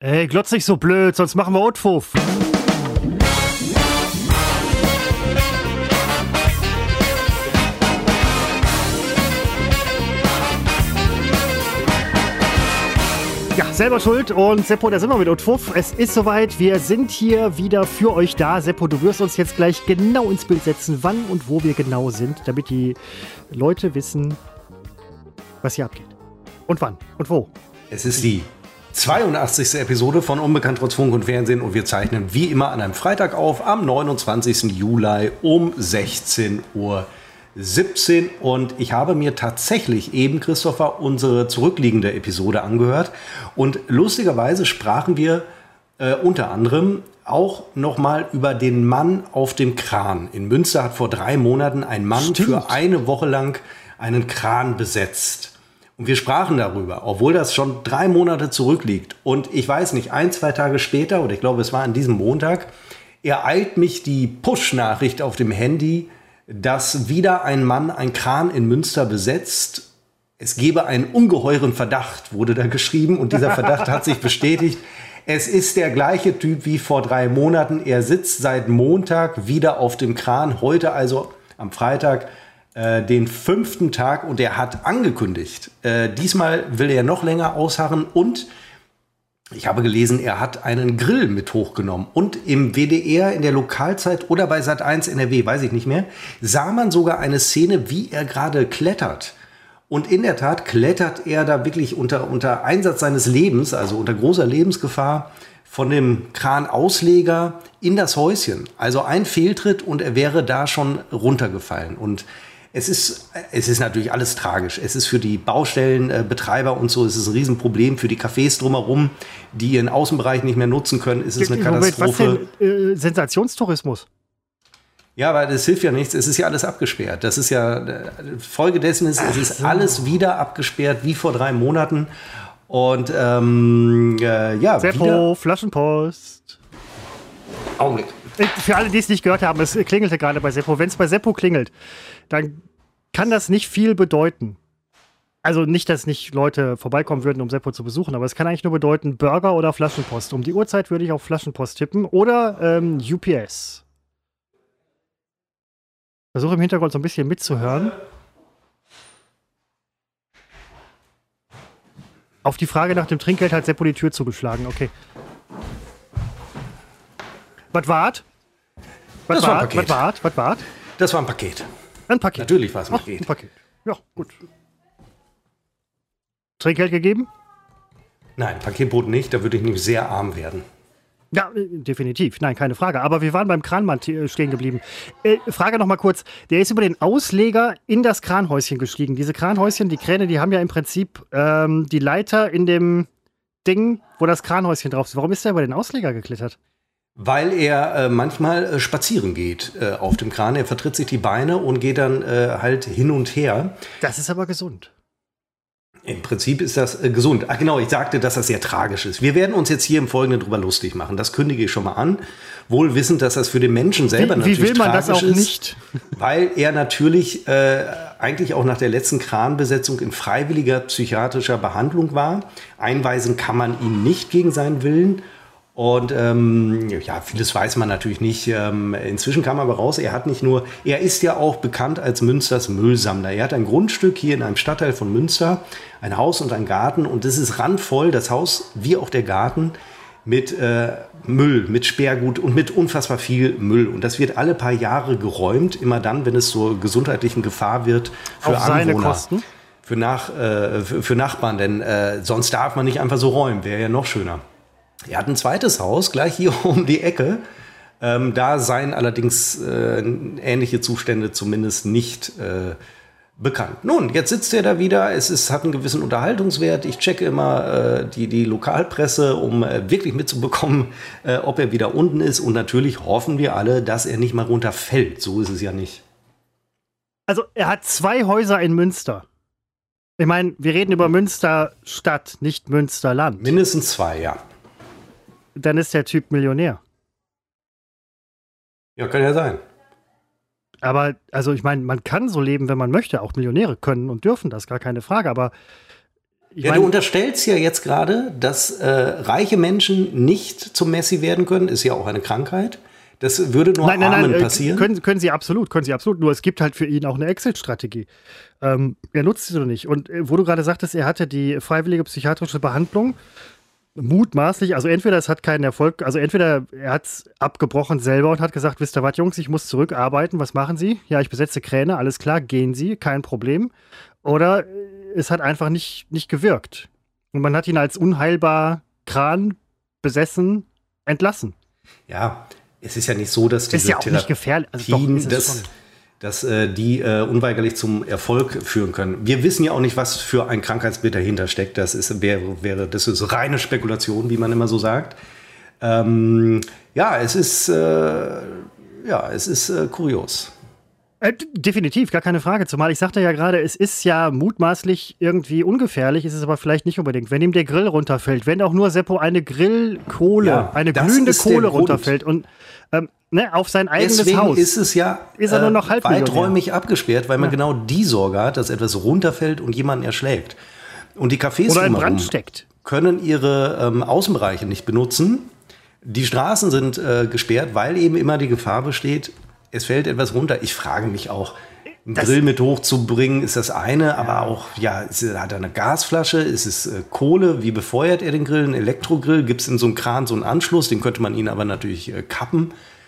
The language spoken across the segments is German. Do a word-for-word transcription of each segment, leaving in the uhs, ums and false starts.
Ey, glotz nicht so blöd, sonst machen wir Utfuff. Ja, selber schuld. Und Seppo, da sind wir mit Utfuff. Es ist soweit, wir sind hier wieder für euch da. Seppo, du wirst uns jetzt gleich genau ins Bild setzen, wann und wo wir genau sind, damit die Leute wissen, was hier abgeht. Und wann und wo. Es ist die zweiundachtzigste Episode von Unbekannt trotz Funk und Fernsehen und wir zeichnen wie immer an einem Freitag auf, am neunundzwanzigsten Juli um sechzehn Uhr siebzehn. Und ich habe mir tatsächlich eben, Christopher, unsere zurückliegende Episode angehört. Und lustigerweise sprachen wir äh, unter anderem auch nochmal über den Mann auf dem Kran. In Münster hat vor drei Monaten ein Mann Stimmt. für eine Woche lang einen Kran besetzt. Und wir sprachen darüber, obwohl das schon drei Monate zurückliegt. Und ich weiß nicht, ein, zwei Tage später, oder ich glaube, es war an diesem Montag, ereilt mich die Push-Nachricht auf dem Handy, dass wieder ein Mann einen Kran in Münster besetzt. Es gebe einen ungeheuren Verdacht, wurde da geschrieben. Und dieser Verdacht hat sich bestätigt. Es ist der gleiche Typ wie vor drei Monaten. Er sitzt seit Montag wieder auf dem Kran. Heute also am Freitag äh, den fünften Tag. Und er hat angekündigt, äh, diesmal will er noch länger ausharren. Und ich habe gelesen, er hat einen Grill mit hochgenommen. Und im W D R, in der Lokalzeit oder bei Sat eins N R W, weiß ich nicht mehr, sah man sogar eine Szene, wie er gerade klettert. Und in der Tat klettert er da wirklich unter, unter Einsatz seines Lebens, also unter großer Lebensgefahr, von dem Kranausleger in das Häuschen. Also ein Fehltritt und er wäre da schon runtergefallen. Und es ist, es ist natürlich alles tragisch. Es ist für die Baustellenbetreiber und so, es ist ein Riesenproblem. Für die Cafés drumherum, die ihren Außenbereich nicht mehr nutzen können, ist es eine Katastrophe. Moment, was denn? Äh, Sensationstourismus? Ja, aber das hilft ja nichts. Es ist ja alles abgesperrt. Das ist ja, äh, Folge dessen ist, es ist so. alles wieder abgesperrt, wie vor drei Monaten. Und ähm, äh, ja, Seppo, wieder Flaschenpost. Augenblick. Für alle, die es nicht gehört haben, es klingelte gerade bei Seppo. Wenn es bei Seppo klingelt, dann kann das nicht viel bedeuten. Also nicht, dass nicht Leute vorbeikommen würden, um Seppo zu besuchen, aber es kann eigentlich nur bedeuten Burger oder Flaschenpost. Um die Uhrzeit würde ich auf Flaschenpost tippen oder ähm, U P S. Versuche im Hintergrund so ein bisschen mitzuhören. Auf die Frage nach dem Trinkgeld hat Seppo die Tür zugeschlagen. Okay. Was wart? Was Das war ein wart? Paket. Was wart? Was wart? Das war ein Paket. Ein Paket. Natürlich war es ein Ach, Paket. ein Paket. Ja, gut. Trinkgeld gegeben? Nein, Paketboten nicht. Da würde ich nämlich sehr arm werden. Ja, äh, definitiv. Nein, keine Frage. Aber wir waren beim Kranmann äh, stehen geblieben. Äh, Frage noch mal kurz. Der ist über den Ausleger in das Kranhäuschen gestiegen. Diese Kranhäuschen, die Kräne, die haben ja im Prinzip ähm, die Leiter in dem Ding, wo das Kranhäuschen drauf ist. Warum ist der über den Ausleger geklettert? Weil er äh, manchmal äh, spazieren geht äh, auf dem Kran. Er vertritt sich die Beine und geht dann äh, halt hin und her. Das ist aber gesund. Im Prinzip ist das äh, gesund. Ach genau, ich sagte, dass das sehr tragisch ist. Wir werden uns jetzt hier im Folgenden drüber lustig machen. Das kündige ich schon mal an. Wohl wissend, dass das für den Menschen selber Wie, natürlich wie will man tragisch das auch ist, nicht? weil er natürlich äh, eigentlich auch nach der letzten Kranbesetzung in freiwilliger psychiatrischer Behandlung war. Einweisen kann man ihn nicht gegen seinen Willen. Und ähm, ja, vieles weiß man natürlich nicht. Ähm, inzwischen kam aber raus, er hat nicht nur, er ist ja auch bekannt als Münsters Müllsammler. Er hat ein Grundstück hier in einem Stadtteil von Münster, ein Haus und ein Garten. Und das ist randvoll, das Haus wie auch der Garten, mit äh, Müll, mit Sperrgut und mit unfassbar viel Müll. Und das wird alle paar Jahre geräumt, immer dann, wenn es zur gesundheitlichen Gefahr wird für Auf seine Anwohner. Kosten? Für, nach, äh, für, für Nachbarn, denn äh, sonst darf man nicht einfach so räumen, wäre ja noch schöner. Er hat ein zweites Haus, gleich hier um die Ecke. Ähm, da seien allerdings äh, ähnliche Zustände zumindest nicht äh, bekannt. Nun, jetzt sitzt er da wieder. Es ist, hat einen gewissen Unterhaltungswert. Ich checke immer äh, die, die Lokalpresse, um äh, wirklich mitzubekommen, äh, ob er wieder unten ist. Und natürlich hoffen wir alle, dass er nicht mal runterfällt. So ist es ja nicht. Also, er hat zwei Häuser in Münster. Ich meine, wir reden über Münster Stadt, nicht Münsterland. Mindestens zwei, ja. Dann ist der Typ Millionär. Ja, kann ja sein. Aber, also ich meine, man kann so leben, wenn man möchte. Auch Millionäre können und dürfen das, gar keine Frage. Aber Ich ja, mein, du unterstellst ja jetzt gerade, dass äh, reiche Menschen nicht zum Messi werden können. Ist ja auch eine Krankheit. Das würde nur nein, nein, Armen nein, passieren. Können, können sie absolut, können sie absolut. Nur es gibt halt für ihn auch eine Exit-Strategie. Ähm, er nutzt sie doch nicht. Und äh, wo du gerade sagtest, er hatte die freiwillige psychiatrische Behandlung, mutmaßlich, also entweder es hat keinen Erfolg, also entweder er hat es abgebrochen selber und hat gesagt, wisst ihr was, Jungs, ich muss zurückarbeiten, was machen Sie? Ja, ich besetze Kräne, alles klar, gehen Sie, kein Problem. Oder es hat einfach nicht, nicht gewirkt. Und man hat ihn als unheilbar Kran besessen entlassen. Ja, es ist ja nicht so, dass diese ist ja auch nicht gefährlich. Also doch, ist es dass, schon. dass äh, die äh, unweigerlich zum Erfolg führen können. Wir wissen ja auch nicht, was für ein Krankheitsbild dahinter steckt. Das ist, wäre, wäre, das ist reine Spekulation, wie man immer so sagt. Ähm, ja, es ist, äh, ja, es ist äh, kurios. Äh, definitiv, gar keine Frage. Zumal ich sagte ja gerade, es ist ja mutmaßlich irgendwie ungefährlich, ist es aber vielleicht nicht unbedingt. Wenn ihm der Grill runterfällt, wenn auch nur Seppo eine Grillkohle, ja, eine glühende Kohle runterfällt und ähm, ne, auf sein eigenes Deswegen Haus, ist es ja ist er nur noch halb weiträumig abgesperrt, weil man ja. genau die Sorge hat, dass etwas runterfällt und jemanden erschlägt. Und die Cafés oder in Brand steckt, können ihre ähm, Außenbereiche nicht benutzen. Die Straßen sind äh, gesperrt, weil eben immer die Gefahr besteht, es fällt etwas runter. Ich frage mich auch, einen das Grill mit hochzubringen, ist das eine, aber auch, ja, ist, hat er eine Gasflasche, ist es äh, Kohle, wie befeuert er den Grill, ein Elektrogrill, gibt es in so einem Kran so einen Anschluss, den könnte man ihn aber natürlich äh, kappen.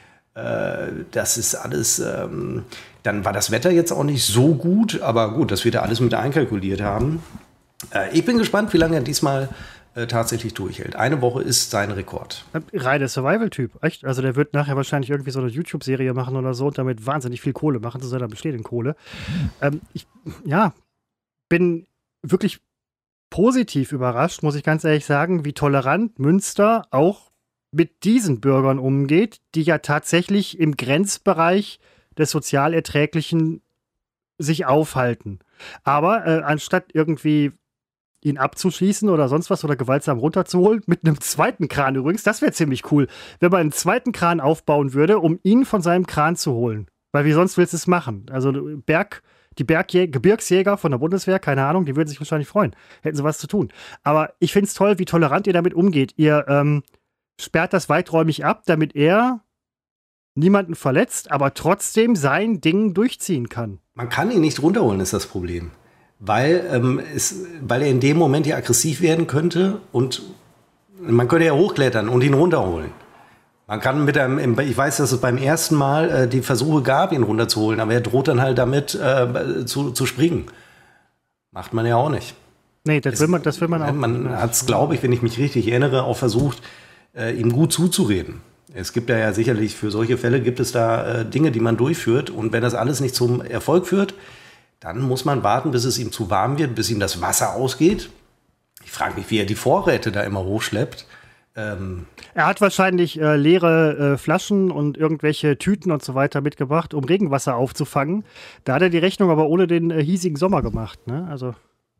Äh, das ist alles, ähm, dann war das Wetter jetzt auch nicht so gut, aber gut, das wird er alles mit einkalkuliert haben. Äh, ich bin gespannt, wie lange er diesmal äh, tatsächlich durchhält. Eine Woche ist sein Rekord. Reiner Survival-Typ, echt? Also der wird nachher wahrscheinlich irgendwie so eine YouTube-Serie machen oder so und damit wahnsinnig viel Kohle machen, zu seiner bestehenden Kohle. Ähm, ich, ja, bin wirklich positiv überrascht, muss ich ganz ehrlich sagen, wie tolerant Münster auch mit diesen Bürgern umgeht, die ja tatsächlich im Grenzbereich des Sozialerträglichen sich aufhalten. Aber äh, anstatt irgendwie ihn abzuschießen oder sonst was oder gewaltsam runterzuholen, mit einem zweiten Kran übrigens, das wäre ziemlich cool, wenn man einen zweiten Kran aufbauen würde, um ihn von seinem Kran zu holen. Weil wie sonst willst du es machen? Also Berg, die Bergjä- Gebirgsjäger von der Bundeswehr, keine Ahnung, die würden sich wahrscheinlich freuen, hätten sie was zu tun. Aber ich finde es toll, wie tolerant ihr damit umgeht. Ihr ähm, sperrt das weiträumig ab, damit er niemanden verletzt, aber trotzdem sein Ding durchziehen kann. Man kann ihn nicht runterholen, ist das Problem. Weil, ähm, es, weil er in dem Moment ja aggressiv werden könnte und man könnte ja hochklettern und ihn runterholen. Man kann mit einem, ich weiß, dass es beim ersten Mal äh, die Versuche gab, ihn runterzuholen, aber er droht dann halt damit äh, zu, zu springen. Macht man ja auch nicht. Nee, das, es, will, man, das will man auch. Man hat es, glaube ich, wenn ich mich richtig erinnere, auch versucht, äh, ihm gut zuzureden. Es gibt ja, ja sicherlich, für solche Fälle gibt es da äh, Dinge, die man durchführt. Und wenn das alles nicht zum Erfolg führt, dann muss man warten, bis es ihm zu warm wird, bis ihm das Wasser ausgeht. Ich frage mich, wie er die Vorräte da immer hochschleppt. Ähm er hat wahrscheinlich äh, leere äh, Flaschen und irgendwelche Tüten und so weiter mitgebracht, um Regenwasser aufzufangen. Da hat er die Rechnung aber ohne den äh, hiesigen Sommer gemacht, ne? Also.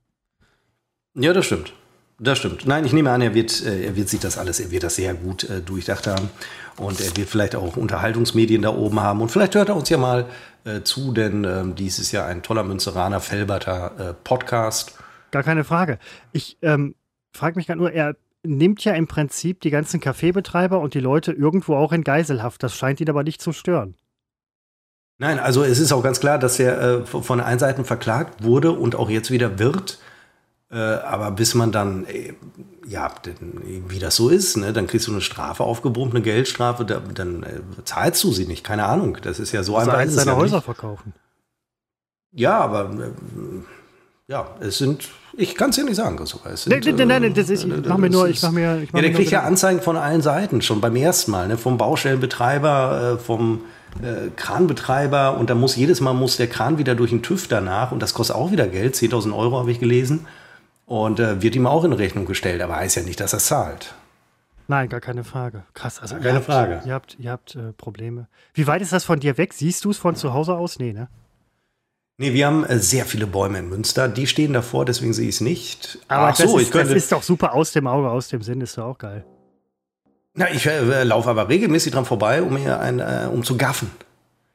Ja, das stimmt. Das stimmt. Nein, ich nehme an, er wird, äh, er wird sich das alles, er wird das sehr gut äh, durchdacht haben. Und er wird vielleicht auch Unterhaltungsmedien da oben haben. Und vielleicht hört er uns ja mal äh, zu, denn äh, dies ist ja ein toller Münsteraner Velberter äh, Podcast. Gar keine Frage. Ich ähm, frage mich gerade nur, er nimmt ja im Prinzip die ganzen Kaffeebetreiber und die Leute irgendwo auch in Geiselhaft. Das scheint ihn aber nicht zu stören. Nein, also es ist auch ganz klar, dass er äh, von der einen Seite verklagt wurde und auch jetzt wieder wird. Äh, aber bis man dann, äh, ja, wie das so ist, ne, dann kriegst du eine Strafe aufgebrummt, eine Geldstrafe, da, dann äh, zahlst du sie nicht, keine Ahnung. Das ist ja so einfach. Also seine Häuser verkaufen. Ja, aber äh, ja, es sind, ich kann es ja nicht sagen, sogar. Es sind, nein, nein, nein, das ist, ich mache mir nur, ich mache mir, ich mach ja, der mir kriegt ja Anzeigen von allen Seiten, schon beim ersten Mal, ne, vom Baustellenbetreiber, äh, vom äh, Kranbetreiber, und da muss jedes Mal muss der Kran wieder durch den TÜV danach und das kostet auch wieder Geld, zehntausend Euro habe ich gelesen. Und äh, wird ihm auch in Rechnung gestellt, aber heißt ja nicht, dass er zahlt. Nein, gar keine Frage. Krass, also keine ihr habt, Frage. Ihr habt, ihr habt äh, Probleme. Wie weit ist das von dir weg? Siehst du es von zu Hause aus? Nee, ne? Nee, wir haben äh, sehr viele Bäume in Münster. Die stehen davor, deswegen sehe ich es nicht. Aber Ach das, so, ist, ich könnte, das ist doch super aus dem Auge, aus dem Sinn, ist doch auch geil. Na, ich äh, laufe aber regelmäßig dran vorbei, um hier ein, äh, um zu gaffen.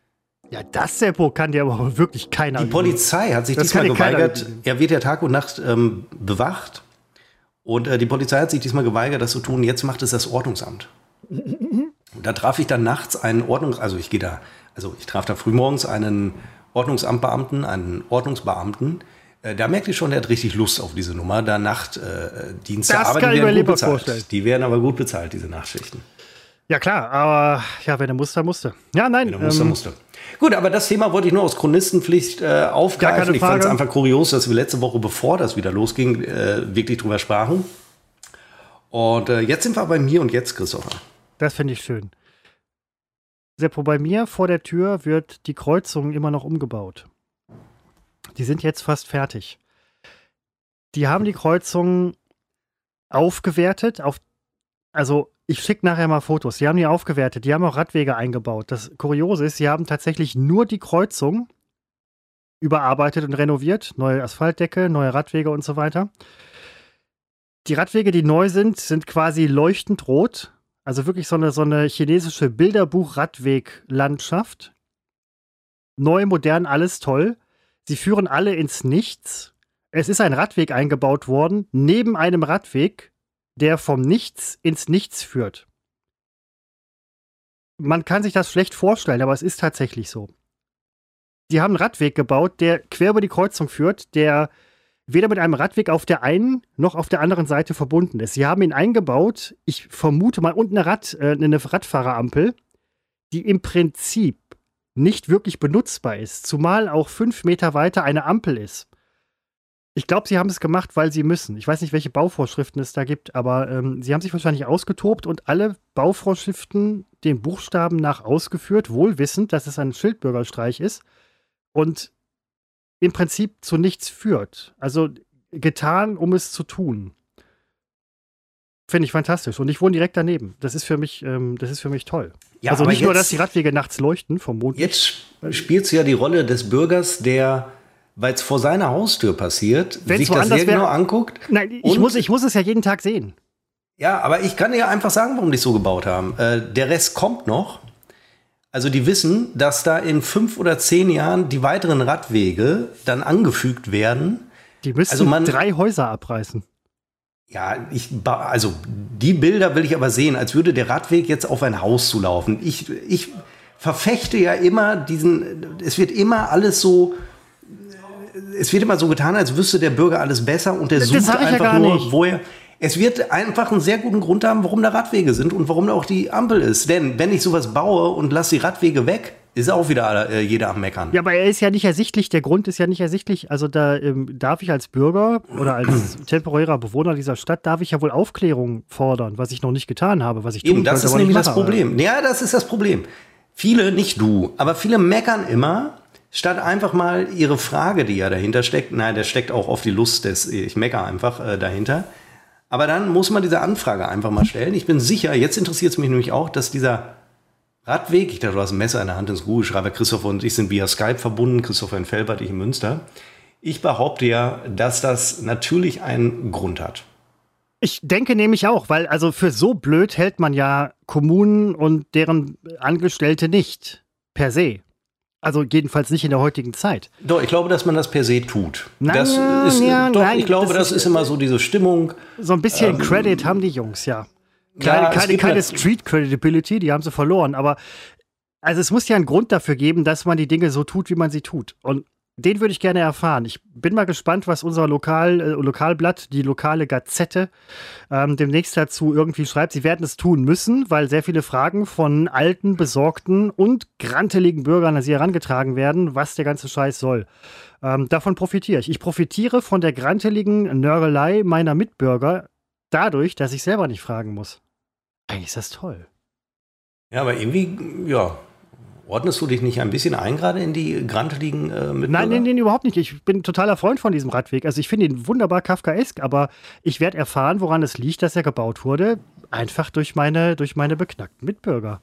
Ja, das, Seppo, kann dir aber wirklich keiner. Die Polizei hat sich Das diesmal kann dir keiner geweigert. üben. Er wird ja Tag und Nacht ähm, bewacht. Und äh, die Polizei hat sich diesmal geweigert, das zu tun. Jetzt macht es das Ordnungsamt. Und da traf ich dann nachts einen Ordnungs... Also ich gehe da... Also ich traf da frühmorgens einen Ordnungsamtbeamten, einen Ordnungsbeamten. Äh, da merkte ich schon, der hat richtig Lust auf diese Nummer. Da Nachtdienste. Das aber kann die ich mir werden lieber gut bezahlt. vorstellen. Die werden aber gut bezahlt, diese Nachtschichten. Ja, klar, aber ja, wenn er musste, musste. Ja, nein. Wenn er musste, ähm, musste. Gut, aber das Thema wollte ich nur aus Chronistenpflicht äh, aufgreifen. keine Ich fand es Frage. einfach kurios, dass wir letzte Woche, bevor das wieder losging, äh, wirklich drüber sprachen. Und äh, jetzt sind wir beim Hier und Jetzt, Christopher. Das finde ich schön. Seppo, bei mir vor der Tür wird die Kreuzung immer noch umgebaut. Die sind jetzt fast fertig. Die haben die Kreuzung aufgewertet. Auf, also, ich schicke nachher mal Fotos. Die haben die aufgewertet. Die haben auch Radwege eingebaut. Das Kuriose ist, sie haben tatsächlich nur die Kreuzung überarbeitet und renoviert. Neue Asphaltdecke, neue Radwege und so weiter. Die Radwege, die neu sind, sind quasi leuchtend rot. Also wirklich so eine, so eine chinesische Bilderbuch-Radweg-Landschaft. Neu, modern, alles toll. Sie führen alle ins Nichts. Es ist ein Radweg eingebaut worden, neben einem Radweg, der vom Nichts ins Nichts führt. Man kann sich das schlecht vorstellen, aber es ist tatsächlich so. Die haben einen Radweg gebaut, der quer über die Kreuzung führt, der weder mit einem Radweg auf der einen noch auf der anderen Seite verbunden ist. Sie haben ihn eingebaut, ich vermute mal, und eine, Rad, äh, eine Radfahrerampel, die im Prinzip nicht wirklich benutzbar ist, zumal auch fünf Meter weiter eine Ampel ist. Ich glaube, sie haben es gemacht, weil sie müssen. Ich weiß nicht, welche Bauvorschriften es da gibt, aber ähm, sie haben sich wahrscheinlich ausgetobt und alle Bauvorschriften den Buchstaben nach ausgeführt, wohl wissend, dass es ein Schildbürgerstreich ist und im Prinzip zu nichts führt. Also getan, um es zu tun. Finde ich fantastisch. Und ich wohne direkt daneben. Das ist für mich, ähm, das ist für mich toll. Ja, also aber nicht nur, jetzt- dass die Radwege nachts leuchten, vom Mond. Jetzt spielt es ja die Rolle des Bürgers, der, weil es vor seiner Haustür passiert, Wenn's sich das woanders sehr wär- genau anguckt. Nein, ich Und- muss, ich muss es ja jeden Tag sehen. Ja, aber ich kann dir einfach sagen, warum die es so gebaut haben. Äh, der Rest kommt noch. Also die wissen, dass da in fünf oder zehn Jahren die weiteren Radwege dann angefügt werden. Die müssten Also man- drei Häuser abreißen. Ja, ich, ba- also die Bilder will ich aber sehen, als würde der Radweg jetzt auf ein Haus zulaufen. Ich, ich verfechte ja immer diesen, es wird immer alles so, es wird immer so getan, als wüsste der Bürger alles besser und der Das sucht sag ich ja einfach gar nur, nicht. wo er. Es wird einfach einen sehr guten Grund haben, warum da Radwege sind und warum da auch die Ampel ist. Denn wenn ich sowas baue und lasse die Radwege weg, ist auch wieder äh, jeder am Meckern. Ja, aber er ist ja nicht ersichtlich, der Grund ist ja nicht ersichtlich. Also da ähm, darf ich als Bürger oder als temporärer Bewohner dieser Stadt, darf ich ja wohl Aufklärung fordern, was ich noch nicht getan habe, was ich tun Eben, das könnte, ist aber nämlich nicht das mache. Problem. Ja, das ist das Problem. Viele, nicht du, aber viele meckern immer, statt einfach mal ihre Frage, die ja dahinter steckt, nein, da steckt auch oft die Lust des, ich meckere einfach äh, dahinter. Aber dann muss man diese Anfrage einfach mal stellen. Ich bin sicher, jetzt interessiert es mich nämlich auch, dass dieser Radweg, ich dachte, du hast ein Messer in der Hand ins Google-Schreiber, Christopher und ich sind via Skype verbunden, Christopher in Velbert, ich in Münster. Ich behaupte ja, dass das natürlich einen Grund hat. Ich denke nämlich auch, weil also für so blöd hält man ja Kommunen und deren Angestellte nicht, per se. Also jedenfalls nicht in der heutigen Zeit. Doch, ich glaube, dass man das per se tut. Nein, das ja, ist, ja, doch, nein, ich glaube, das das, ist- ist immer so diese Stimmung. So ein bisschen Credit haben die Jungs, ja. Keine, Ja, es keine, gibt keine eine- Street Credibility, die haben sie verloren. Aber also es muss ja einen Grund dafür geben, dass man die Dinge so tut, wie man sie tut. Und den würde ich gerne erfahren. Ich bin mal gespannt, was unser Lokal, äh, Lokalblatt, die lokale Gazette, ähm, demnächst dazu irgendwie schreibt. Sie werden es tun müssen, weil sehr viele Fragen von alten, besorgten und granteligen Bürgern an sie herangetragen werden, was der ganze Scheiß soll. Ähm, davon profitiere ich. Ich profitiere von der granteligen Nörgelei meiner Mitbürger dadurch, dass ich selber nicht fragen muss. Eigentlich ist das toll. Ja, aber irgendwie, ja, ordnest du dich nicht ein bisschen ein, gerade in die granteligen äh, Mitbürger? Nein, nein, nein, überhaupt nicht. Ich bin totaler Freund von diesem Radweg. Also ich finde ihn wunderbar kafkaesk, aber ich werde erfahren, woran es liegt, dass er gebaut wurde. Einfach durch meine, durch meine beknackten Mitbürger.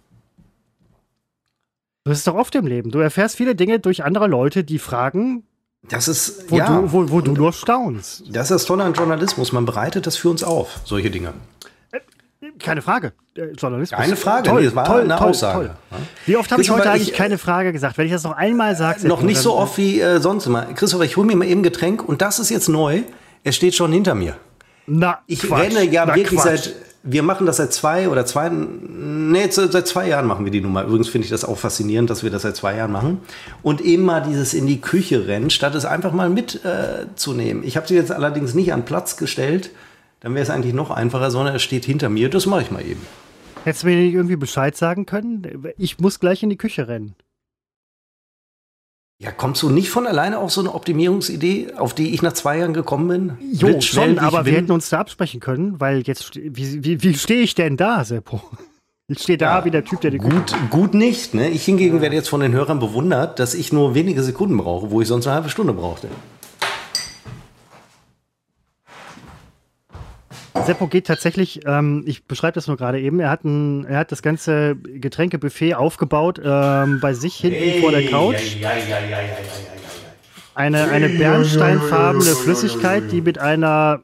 Das ist doch oft im Leben. Du erfährst viele Dinge durch andere Leute, die fragen, Das ist, wo, ja, du, wo, wo du nur staunst. das ist das Tolle an Journalismus. Man bereitet das für uns auf, solche Dinge. keine Frage. Äh, Journalismus. Keine Frage, toll, nee, es war toll, eine toll, Aussage. Toll. Wie oft habe ich Christopher, heute eigentlich ich, keine Frage gesagt? Wenn ich das noch einmal sage... Noch nicht so oft wie äh, sonst immer. Christopher, ich hole mir mal eben ein Getränk und das ist jetzt neu. Er steht schon hinter mir. Na, Ich Quatsch. renne ja Na, wirklich Quatsch. seit... Wir machen das seit zwei oder zwei... Nee, seit zwei Jahren machen wir die Nummer. Übrigens finde ich das auch faszinierend, dass wir das seit zwei Jahren machen. Und eben mal dieses in die Küche rennen, statt es einfach mal mitzunehmen. Äh, ich habe sie jetzt allerdings nicht an Platz gestellt. Dann wäre es eigentlich noch einfacher, sondern es steht hinter mir. Das mache ich mal eben. Hättest du mir nicht irgendwie Bescheid sagen können? Ich muss gleich in die Küche rennen. Ja, kommst du nicht von alleine auf so eine Optimierungsidee, auf die ich nach zwei Jahren gekommen bin? Jo, Blitzschnell, schon, wie ich aber wir bin? hätten uns da absprechen können, weil jetzt, wie, wie, wie stehe ich denn da, Seppo? Ich stehe da Ja, wie der Typ, der die Küche... Gut, gut nicht. Ne? Ich hingegen werde jetzt von den Hörern bewundert, dass ich nur wenige Sekunden brauche, wo ich sonst eine halbe Stunde brauchte. Seppo geht tatsächlich, ähm, ich beschreibe das nur gerade eben, er hat, ein, er hat das ganze Getränkebuffet aufgebaut ähm, bei sich hinten hey, vor der Couch. Ja, ja, ja, ja, ja, ja, ja. Eine, eine bernsteinfarbene Flüssigkeit, die mit einer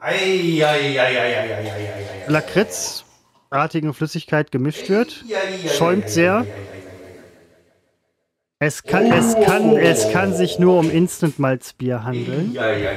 lakritzartigen Flüssigkeit gemischt wird. Schäumt sehr. Es kann, es kann, es kann sich nur um Instant-Malzbier handeln.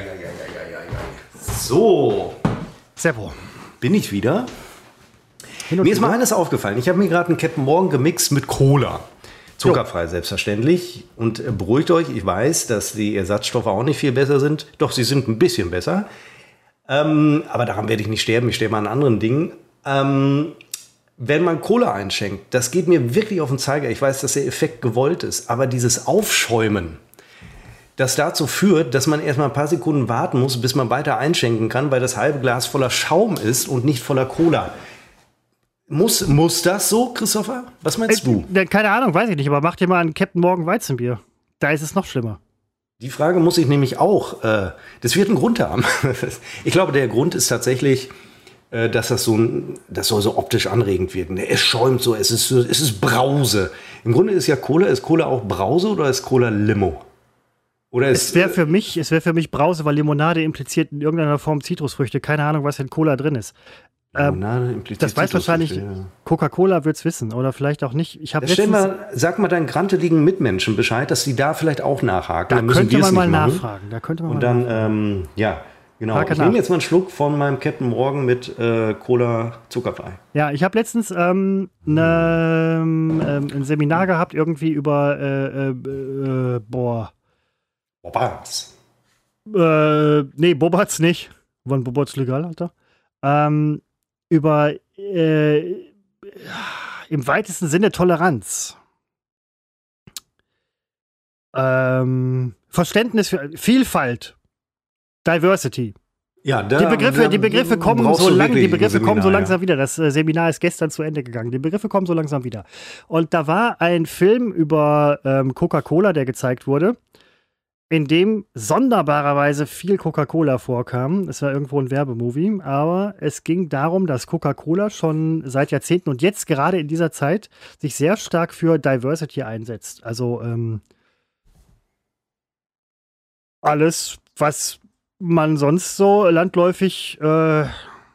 So. Seppo. Bin ich wieder? Mir ist mal eines aufgefallen. Ich habe mir gerade einen Captain Morgan gemixt mit Cola. Zuckerfrei, jo. Selbstverständlich. Und äh, beruhigt euch, ich weiß, dass die Ersatzstoffe auch nicht viel besser sind. Doch, sie sind ein bisschen besser. Ähm, aber daran werde ich nicht sterben. Ich sterbe an anderen Dingen. Ähm, wenn man Cola einschenkt, das geht mir wirklich auf den Zeiger. Ich weiß, dass der Effekt gewollt ist. Aber dieses Aufschäumen, das dazu führt, dass man erstmal ein paar Sekunden warten muss, bis man weiter einschenken kann, weil das halbe Glas voller Schaum ist und nicht voller Cola. Muss, muss das so, Christopher? Was meinst du? Äh, keine Ahnung, weiß ich nicht, aber mach dir mal ein Captain Morgan Weizenbier. Da ist es noch schlimmer. Die Frage muss ich nämlich auch, äh, das wird einen Grund haben. Ich glaube, der Grund ist tatsächlich, äh, dass das so, das soll so optisch anregend wirken. Es schäumt so, es ist, so, es ist Brause. Im Grunde ist ja Cola, ist Cola auch Brause oder ist Cola Limo? Oder es wäre für mich, es wäre für mich Brause, weil Limonade impliziert in irgendeiner Form Zitrusfrüchte. Keine Ahnung, was in Cola drin ist. Limonade impliziert das weiß wahrscheinlich, ja. Coca-Cola wird es wissen oder vielleicht auch nicht. Ich habe Stell mal, sag mal deinen granteligen Mitmenschen Bescheid, dass die da vielleicht auch nachhaken. Da dann könnte man mal nachfragen. Da könnte man Und mal dann, nachfragen. ähm, ja, genau. Frage ich nach. nehme jetzt mal einen Schluck von meinem Captain Morgan mit äh, Cola zuckerfrei. Ja, ich habe letztens ähm, ne, ähm, ein Seminar gehabt, irgendwie über, äh, äh, äh, boah. Bobarts. Äh, nee, Bobarts nicht. Wann Bobarts legal, Alter? Ähm, über äh, im weitesten Sinne Toleranz. Ähm, Verständnis für Vielfalt. Diversity. Ja, da, die Begriffe, da die Begriffe kommen so lang, die Begriffe Seminar, kommen so langsam ja. wieder. Das äh, Seminar ist gestern zu Ende gegangen. Die Begriffe kommen so langsam wieder. Und da war ein Film über ähm, Coca-Cola, der gezeigt wurde, in dem sonderbarerweise viel Coca-Cola vorkam. Es war irgendwo ein Werbemovie, aber es ging darum, dass Coca-Cola schon seit Jahrzehnten und jetzt gerade in dieser Zeit sich sehr stark für Diversity einsetzt. Also ähm, alles, was man sonst so landläufig äh,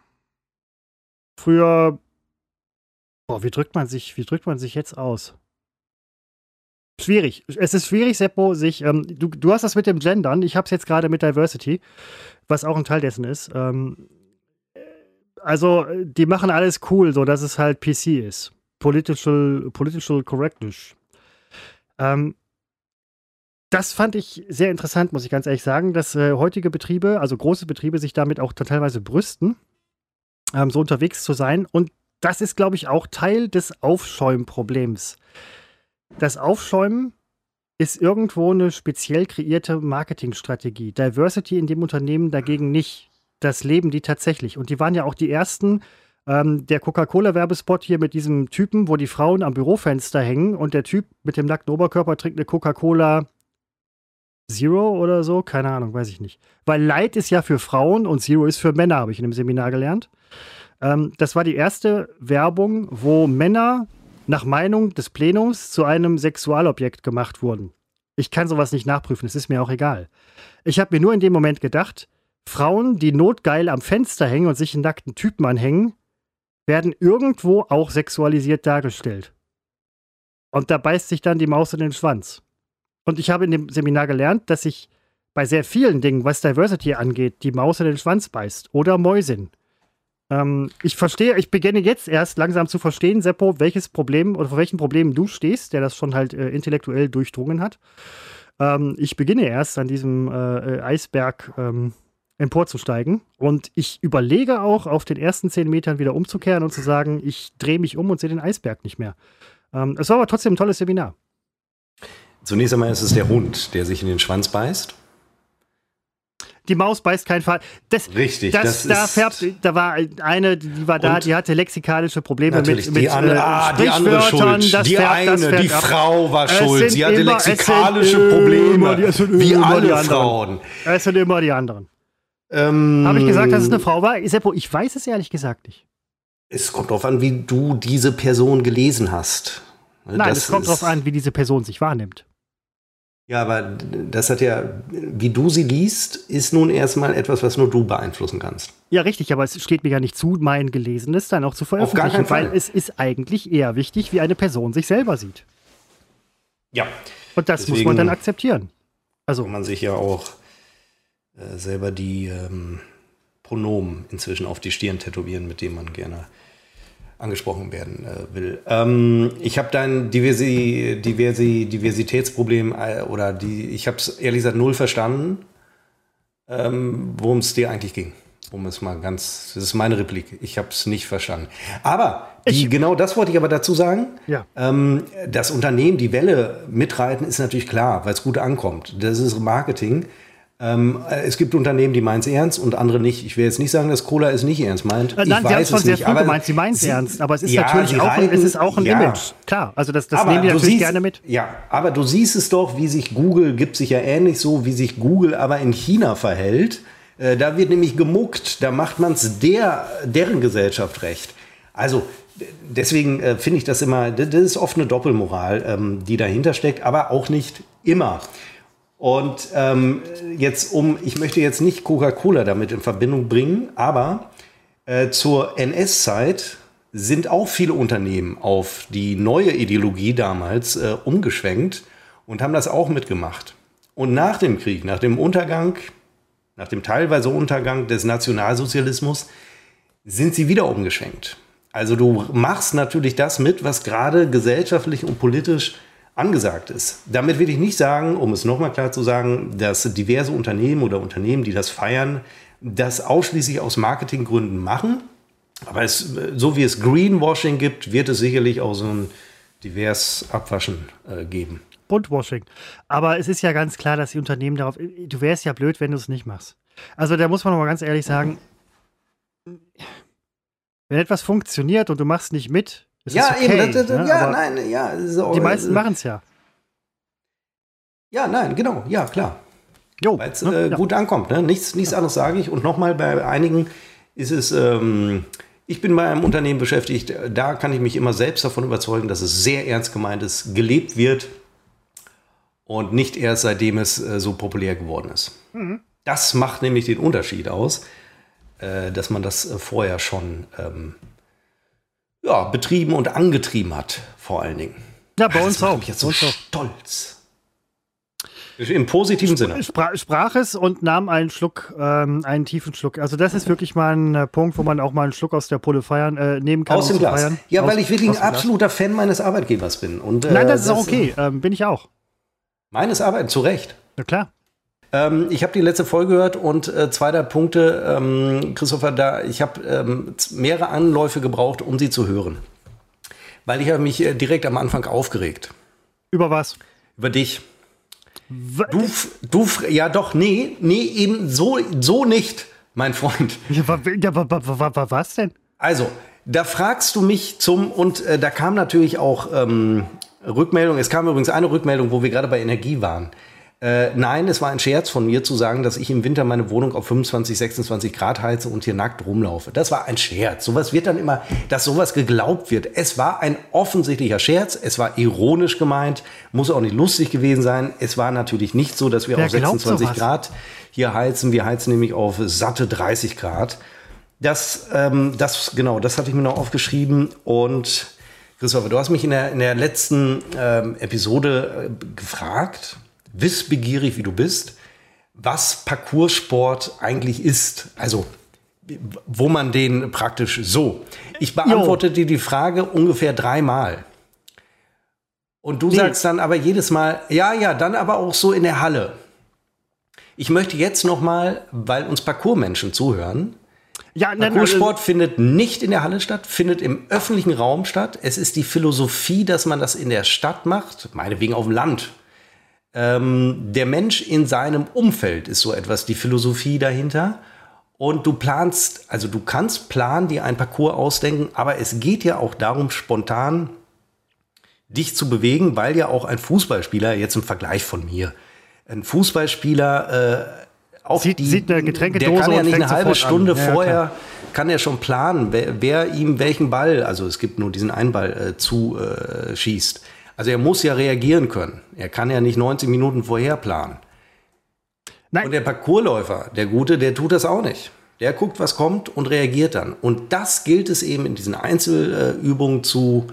früher, boah, wie drückt man sich, wie drückt man sich jetzt aus? Schwierig. Es ist schwierig, Seppo, sich, ähm, du, du hast das mit dem Gendern, ich habe es jetzt gerade mit Diversity, was auch ein Teil dessen ist. Ähm, also, die machen alles cool, so dass es halt P C ist. Political, political Correctness. Ähm, das fand ich sehr interessant, muss ich ganz ehrlich sagen, dass äh, heutige Betriebe, also große Betriebe, sich damit auch teilweise brüsten, ähm, so unterwegs zu sein. Und das ist, glaube ich, auch Teil des Aufschäumproblems. Das Aufschäumen ist irgendwo eine speziell kreierte Marketingstrategie. Diversity in dem Unternehmen dagegen nicht. Das leben die tatsächlich. Und die waren ja auch die ersten, ähm, der Coca-Cola-Werbespot hier mit diesem Typen, wo die Frauen am Bürofenster hängen und der Typ mit dem nackten Oberkörper trinkt eine Coca-Cola Zero oder so. Keine Ahnung, weiß ich nicht. Weil Light ist ja für Frauen und Zero ist für Männer, habe ich in einem Seminar gelernt. Ähm, das war die erste Werbung, wo Männer nach Meinung des Plenums zu einem Sexualobjekt gemacht wurden. Ich kann sowas nicht nachprüfen, es ist mir auch egal. Ich habe mir nur in dem Moment gedacht, Frauen, die notgeil am Fenster hängen und sich einen nackten Typen anhängen, werden irgendwo auch sexualisiert dargestellt. Und da beißt sich dann die Maus in den Schwanz. Und ich habe in dem Seminar gelernt, dass sich bei sehr vielen Dingen, was Diversity angeht, die Maus in den Schwanz beißt. Oder Mäusin. Ähm, ich verstehe, ich beginne jetzt erst langsam zu verstehen, Seppo, welches Problem oder vor welchen Problemen du stehst, der das schon halt äh, intellektuell durchdrungen hat. Ähm, ich beginne erst an diesem äh, Eisberg ähm, emporzusteigen. Und ich überlege auch, auf den ersten zehn Metern wieder umzukehren und zu sagen, ich drehe mich um und sehe den Eisberg nicht mehr. Ähm, es war aber trotzdem ein tolles Seminar. Zunächst einmal ist es der Hund, der sich in den Schwanz beißt. Die Maus beißt keinen Fall. Das, Richtig. Das, das da, ist färbt, da war eine, die war da, die hatte lexikalische Probleme natürlich mit, mit die, andere, äh, ah, die andere Schuld. Das die färbt, eine, das die ab. Frau war Es schuld. Sie hatte immer, lexikalische immer Probleme. Die, wie alle die Frauen. Es sind immer die anderen. Ähm, Habe ich gesagt, dass es eine Frau war? Seppo, ich weiß es ehrlich gesagt nicht. Es kommt darauf an, wie du diese Person gelesen hast. Nein, das es kommt darauf an, wie diese Person sich wahrnimmt. Ja, aber das hat ja, wie du sie liest, ist nun erstmal etwas, was nur du beeinflussen kannst. Ja, richtig, aber es steht mir ja nicht zu, mein Gelesenes dann auch zu veröffentlichen, Auf gar keinen Fall. Weil es ist eigentlich eher wichtig, wie eine Person sich selber sieht. Ja. Und das Deswegen muss man dann akzeptieren. Also kann man sich ja auch äh, selber die ähm, Pronomen inzwischen auf die Stirn tätowieren, mit denen man gerne angesprochen werden äh, will. Ähm, ich habe dein Diversi, Diversi, Diversitätsproblem äh, oder die, ich habe es ehrlich gesagt null verstanden, ähm, worum es dir eigentlich ging. Um es mal ganz, das ist meine Replik. Ich habe es nicht verstanden. Aber die, genau das wollte ich aber dazu sagen. Ja. Ähm, das Unternehmen, die Welle mitreiten, ist natürlich klar, weil es gut ankommt. Das ist Marketing. Ähm, es gibt Unternehmen, die meinen es ernst und andere nicht. Ich will jetzt nicht sagen, dass Cola es nicht ernst meint. Äh, nein, ich sie haben weiß es schon es sehr nicht, früh aber gemeint, sie meinen es sie- ernst. Aber es ist ja, natürlich sie auch, ein, reiten- es ist auch ein ja. Image. Klar, also das, das Aber nehmen die du natürlich siehst, gerne mit. Ja, aber du siehst es doch, wie sich Google, gibt sich ja ähnlich so, wie sich Google aber in China verhält. Äh, da wird nämlich gemuckt, da macht man es der, deren Gesellschaft recht. Also d- deswegen äh, finde ich das immer, das, das ist oft eine Doppelmoral, ähm, die dahinter steckt, aber auch nicht immer. Und ähm, jetzt um, ich möchte jetzt nicht Coca-Cola damit in Verbindung bringen, aber äh, zur N S-Zeit sind auch viele Unternehmen auf die neue Ideologie damals äh, umgeschwenkt und haben das auch mitgemacht. Und nach dem Krieg, nach dem Untergang, nach dem teilweise Untergang des Nationalsozialismus, sind sie wieder umgeschwenkt. Also du machst natürlich das mit, was gerade gesellschaftlich und politisch angesagt ist. Damit will ich nicht sagen, um es nochmal klar zu sagen, dass diverse Unternehmen oder Unternehmen, die das feiern, das ausschließlich aus Marketinggründen machen. Aber es, so wie es Greenwashing gibt, wird es sicherlich auch so ein divers Abwaschen äh, geben. Buntwashing. Aber es ist ja ganz klar, dass die Unternehmen darauf, du wärst ja blöd, wenn du es nicht machst. Also da muss man noch mal ganz ehrlich sagen, wenn etwas funktioniert und du machst nicht mit, ist Ja, es okay. eben. Das, das, ne? ja, Aber nein, ja. So, die meisten äh, machen es ja. Ja, nein, genau. Ja, klar. Jo, Weil es ne? äh, Ja. gut ankommt. Ne? Nichts, nichts anderes sage ich. Und nochmal, bei einigen ist es, ähm, ich bin bei einem Unternehmen beschäftigt, da kann ich mich immer selbst davon überzeugen, dass es sehr ernst gemeint ist, gelebt wird und nicht erst seitdem es äh, so populär geworden ist. Mhm. Das macht nämlich den Unterschied aus, äh, dass man das äh, vorher schon ähm, ja, betrieben und angetrieben hat, vor allen Dingen. Ja, bei Ach, uns das macht auch. mich jetzt Bei so uns auch. stolz. Im positiven Sinne. Spra sprach es und nahm einen Schluck, ähm, einen tiefen Schluck. Also das ist wirklich mal ein äh, Punkt, wo man auch mal einen Schluck aus der Pulle feiern, äh, nehmen kann. Aus um dem zu Glas. Feiern. Ja, aus, weil ich wirklich aus ein dem Glas. absoluter Fan meines Arbeitgebers bin. Und, äh, Nein, das ist auch das- okay. Ähm, bin ich auch. Meines Arbeitens, zu Recht. Na klar. Ähm, ich habe die letzte Folge gehört und äh, zwei der Punkte, ähm, Christopher, da ich habe ähm, z- mehrere Anläufe gebraucht, um sie zu hören. Weil ich habe mich äh, direkt am Anfang aufgeregt. Über was? Über dich. W Du, f- du, f- ja doch, nee, nee, eben so, so nicht, mein Freund. ja, wa ja, wa wa wa wa was denn? Also, da fragst du mich zum, und äh, da kam natürlich auch ähm, Rückmeldung, es kam übrigens eine Rückmeldung, wo wir gerade bei Energie waren. Äh, nein, es war ein Scherz von mir zu sagen, dass ich im Winter meine Wohnung auf fünfundzwanzig, sechsundzwanzig Grad heize und hier nackt rumlaufe. Das war ein Scherz. Sowas wird dann immer, dass sowas geglaubt wird. Es war ein offensichtlicher Scherz. Es war ironisch gemeint. Muss auch nicht lustig gewesen sein. Es war natürlich nicht so, dass wir Wer auf glaubt sechsundzwanzig sowas? Grad hier heizen. Wir heizen nämlich auf satte dreißig Grad. Das, ähm, das, genau, das hatte ich mir noch aufgeschrieben. Und Christopher, du hast mich in der, in der letzten ähm, Episode äh, gefragt, wissbegierig wie du bist, was Parcoursport eigentlich ist. Also, wo man den praktisch so. Ich beantworte jo. dir die Frage ungefähr dreimal. Und du nee. sagst dann aber jedes Mal, ja, ja, dann aber auch so in der Halle. Ich möchte jetzt noch mal, weil uns Parcoursmenschen zuhören, ja, Parcoursport also, findet nicht in der Halle statt, findet im öffentlichen Raum statt. Es ist die Philosophie, dass man das in der Stadt macht, meinetwegen auf dem Land. Ähm, der Mensch in seinem Umfeld ist so etwas, die Philosophie dahinter. Und du planst, also du kannst planen, dir ein Parcours ausdenken, aber es geht ja auch darum, spontan dich zu bewegen, weil ja auch ein Fußballspieler, jetzt im Vergleich von mir, ein Fußballspieler äh, auf sieht, die, sieht eine Getränkedose der kann ja nicht eine halbe Stunde ja, vorher, klar. kann er schon planen, wer, wer ihm welchen Ball, also es gibt nur diesen einen Ball, äh, zuschießt. Äh, also er muss ja reagieren können. Er kann ja nicht neunzig Minuten vorher planen. Nein. Und der Parcoursläufer, der Gute, der tut das auch nicht. Der guckt, was kommt und reagiert dann. Und das gilt es eben in diesen Einzelübungen zu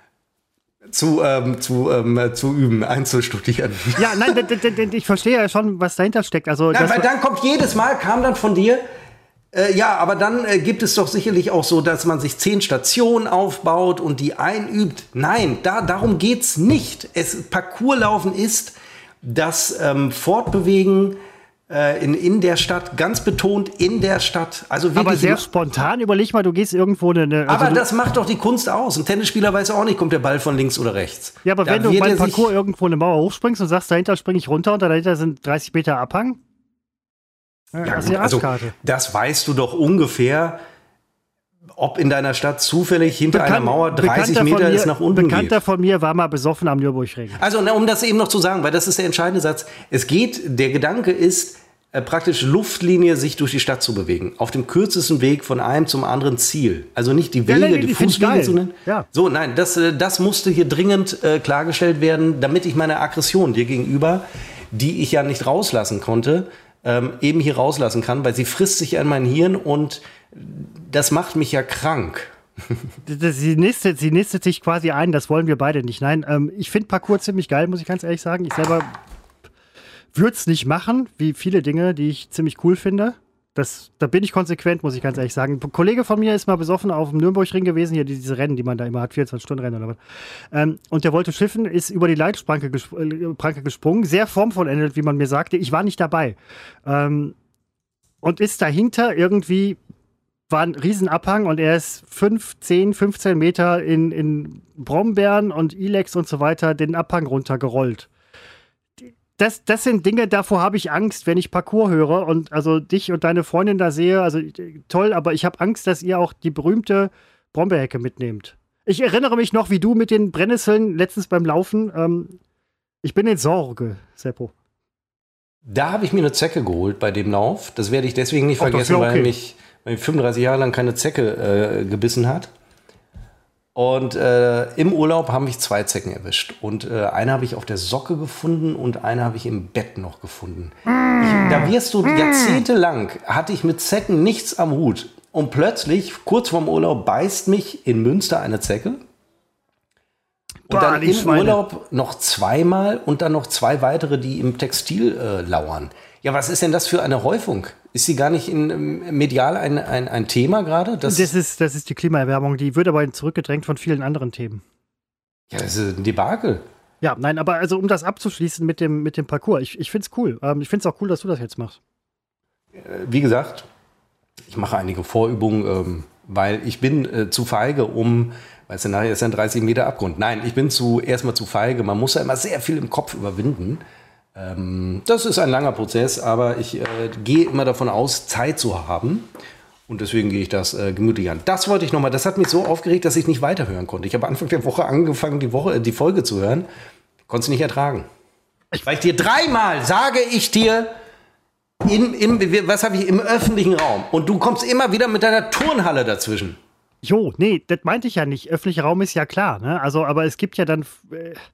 Zu, ähm, zu, ähm, zu üben, einzustudieren. Ja, nein, d- d- d- ich verstehe ja schon, was dahinter steckt. Also, nein, weil dann kommt jedes Mal, kam dann von dir, äh, ja, aber dann äh, gibt es doch sicherlich auch so, dass man sich zehn Stationen aufbaut und die einübt. Nein, da, darum geht's nicht. Es, Parcourslaufen ist das ähm, Fortbewegen In, in der Stadt, ganz betont in der Stadt. Also wirklich aber sehr spontan, überleg mal, du gehst irgendwo eine... Also aber das macht doch die Kunst aus. Ein Tennisspieler weiß auch nicht, kommt der Ball von links oder rechts. Ja, aber da wenn du beim Parcours irgendwo eine Mauer hochspringst und sagst, dahinter springe ich runter und dahinter sind dreißig Meter Abhang, ja, das ist die also das weißt du doch ungefähr, ob in deiner Stadt zufällig hinter Bekan- einer Mauer dreißig Meter ist nach unten geht. Ein Bekannter von mir war mal besoffen am Nürburgring. Also um das eben noch zu sagen, weil das ist der entscheidende Satz. Es geht, der Gedanke ist, äh, praktisch Luftlinie sich durch die Stadt zu bewegen. Auf dem kürzesten Weg von einem zum anderen Ziel. Also nicht die Wege, ja, nein, die, die Fußwege, sondern... Ja. So, nein, das, äh, das musste hier dringend äh, klargestellt werden, damit ich meine Aggression dir gegenüber, die ich ja nicht rauslassen konnte, ähm, eben hier rauslassen kann, weil sie frisst sich an mein Hirn und das macht mich ja krank. Sie nistet, sie nistet sich quasi ein, das wollen wir beide nicht. Nein, ähm, ich finde Parcours ziemlich geil, muss ich ganz ehrlich sagen. Ich selber würde es nicht machen, wie viele Dinge, die ich ziemlich cool finde. Das, da bin ich konsequent, muss ich ganz ehrlich sagen. Ein Kollege von mir ist mal besoffen auf dem Nürburgring gewesen, hier diese Rennen, die man da immer hat, vierundzwanzig-Stunden-Rennen oder was. Ähm, und der wollte schiffen, ist über die Leitplanke gesp- gesprungen, sehr formvollendet, wie man mir sagte. Ich war nicht dabei. Ähm, und ist dahinter irgendwie... war ein Riesenabhang und er ist fünf, zehn, fünfzehn Meter in, in Brombeeren und Ilex und so weiter den Abhang runtergerollt. Das, das sind Dinge, davor habe ich Angst, wenn ich Parcours höre und also dich und deine Freundin da sehe. Also toll, aber ich habe Angst, dass ihr auch die berühmte Brombeerhecke mitnehmt. Ich erinnere mich noch, wie du mit den Brennnesseln letztens beim Laufen. Ähm, ich bin in Sorge, Seppo. Da habe ich mir eine Zecke geholt bei dem Lauf. Das werde ich deswegen nicht Ach, vergessen, okay. weil mich weil fünfunddreißig Jahre lang keine Zecke äh, gebissen hat. Und äh, im Urlaub haben mich zwei Zecken erwischt. Und äh, eine habe ich auf der Socke gefunden und eine habe ich im Bett noch gefunden. Ich, da wirst du jahrzehntelang, hatte ich mit Zecken nichts am Hut. Und plötzlich, kurz vorm Urlaub, beißt mich in Münster eine Zecke. Und Boah, dann im Schweine. Urlaub noch zweimal und dann noch zwei weitere, die im Textil äh, lauern. Ja, was ist denn das für eine Häufung? Ist sie gar nicht in, medial ein, ein, ein Thema gerade? Das, das, ist, das ist die Klimaerwärmung, die wird aber zurückgedrängt von vielen anderen Themen. Ja, das ist ein Debakel. Ja, nein, aber also um das abzuschließen mit dem, mit dem Parcours, ich, ich finde es cool. Ähm, ich finde es auch cool, dass du das jetzt machst. Wie gesagt, ich mache einige Vorübungen, ähm, weil ich bin äh, zu feige, um, weißt du, nachher ist ein dreißig Meter Abgrund. Nein, ich bin zu erstmal zu feige. Man muss ja immer sehr viel im Kopf überwinden. Ähm, das ist ein langer Prozess, aber ich äh, gehe immer davon aus, Zeit zu haben. Und deswegen gehe ich das äh, gemütlich an. Das wollte ich nochmal, das hat mich so aufgeregt, dass ich nicht weiterhören konnte. Ich habe Anfang der Woche angefangen, die, Woche, die Folge zu hören. Konnte es nicht ertragen. Weil ich dir dreimal sage, ich dir, in, in, was habe ich im öffentlichen Raum? Und du kommst immer wieder mit deiner Turnhalle dazwischen. Jo, nee, das meinte ich ja nicht. Öffentlicher Raum ist ja klar, ne? Also, aber es gibt ja dann... Äh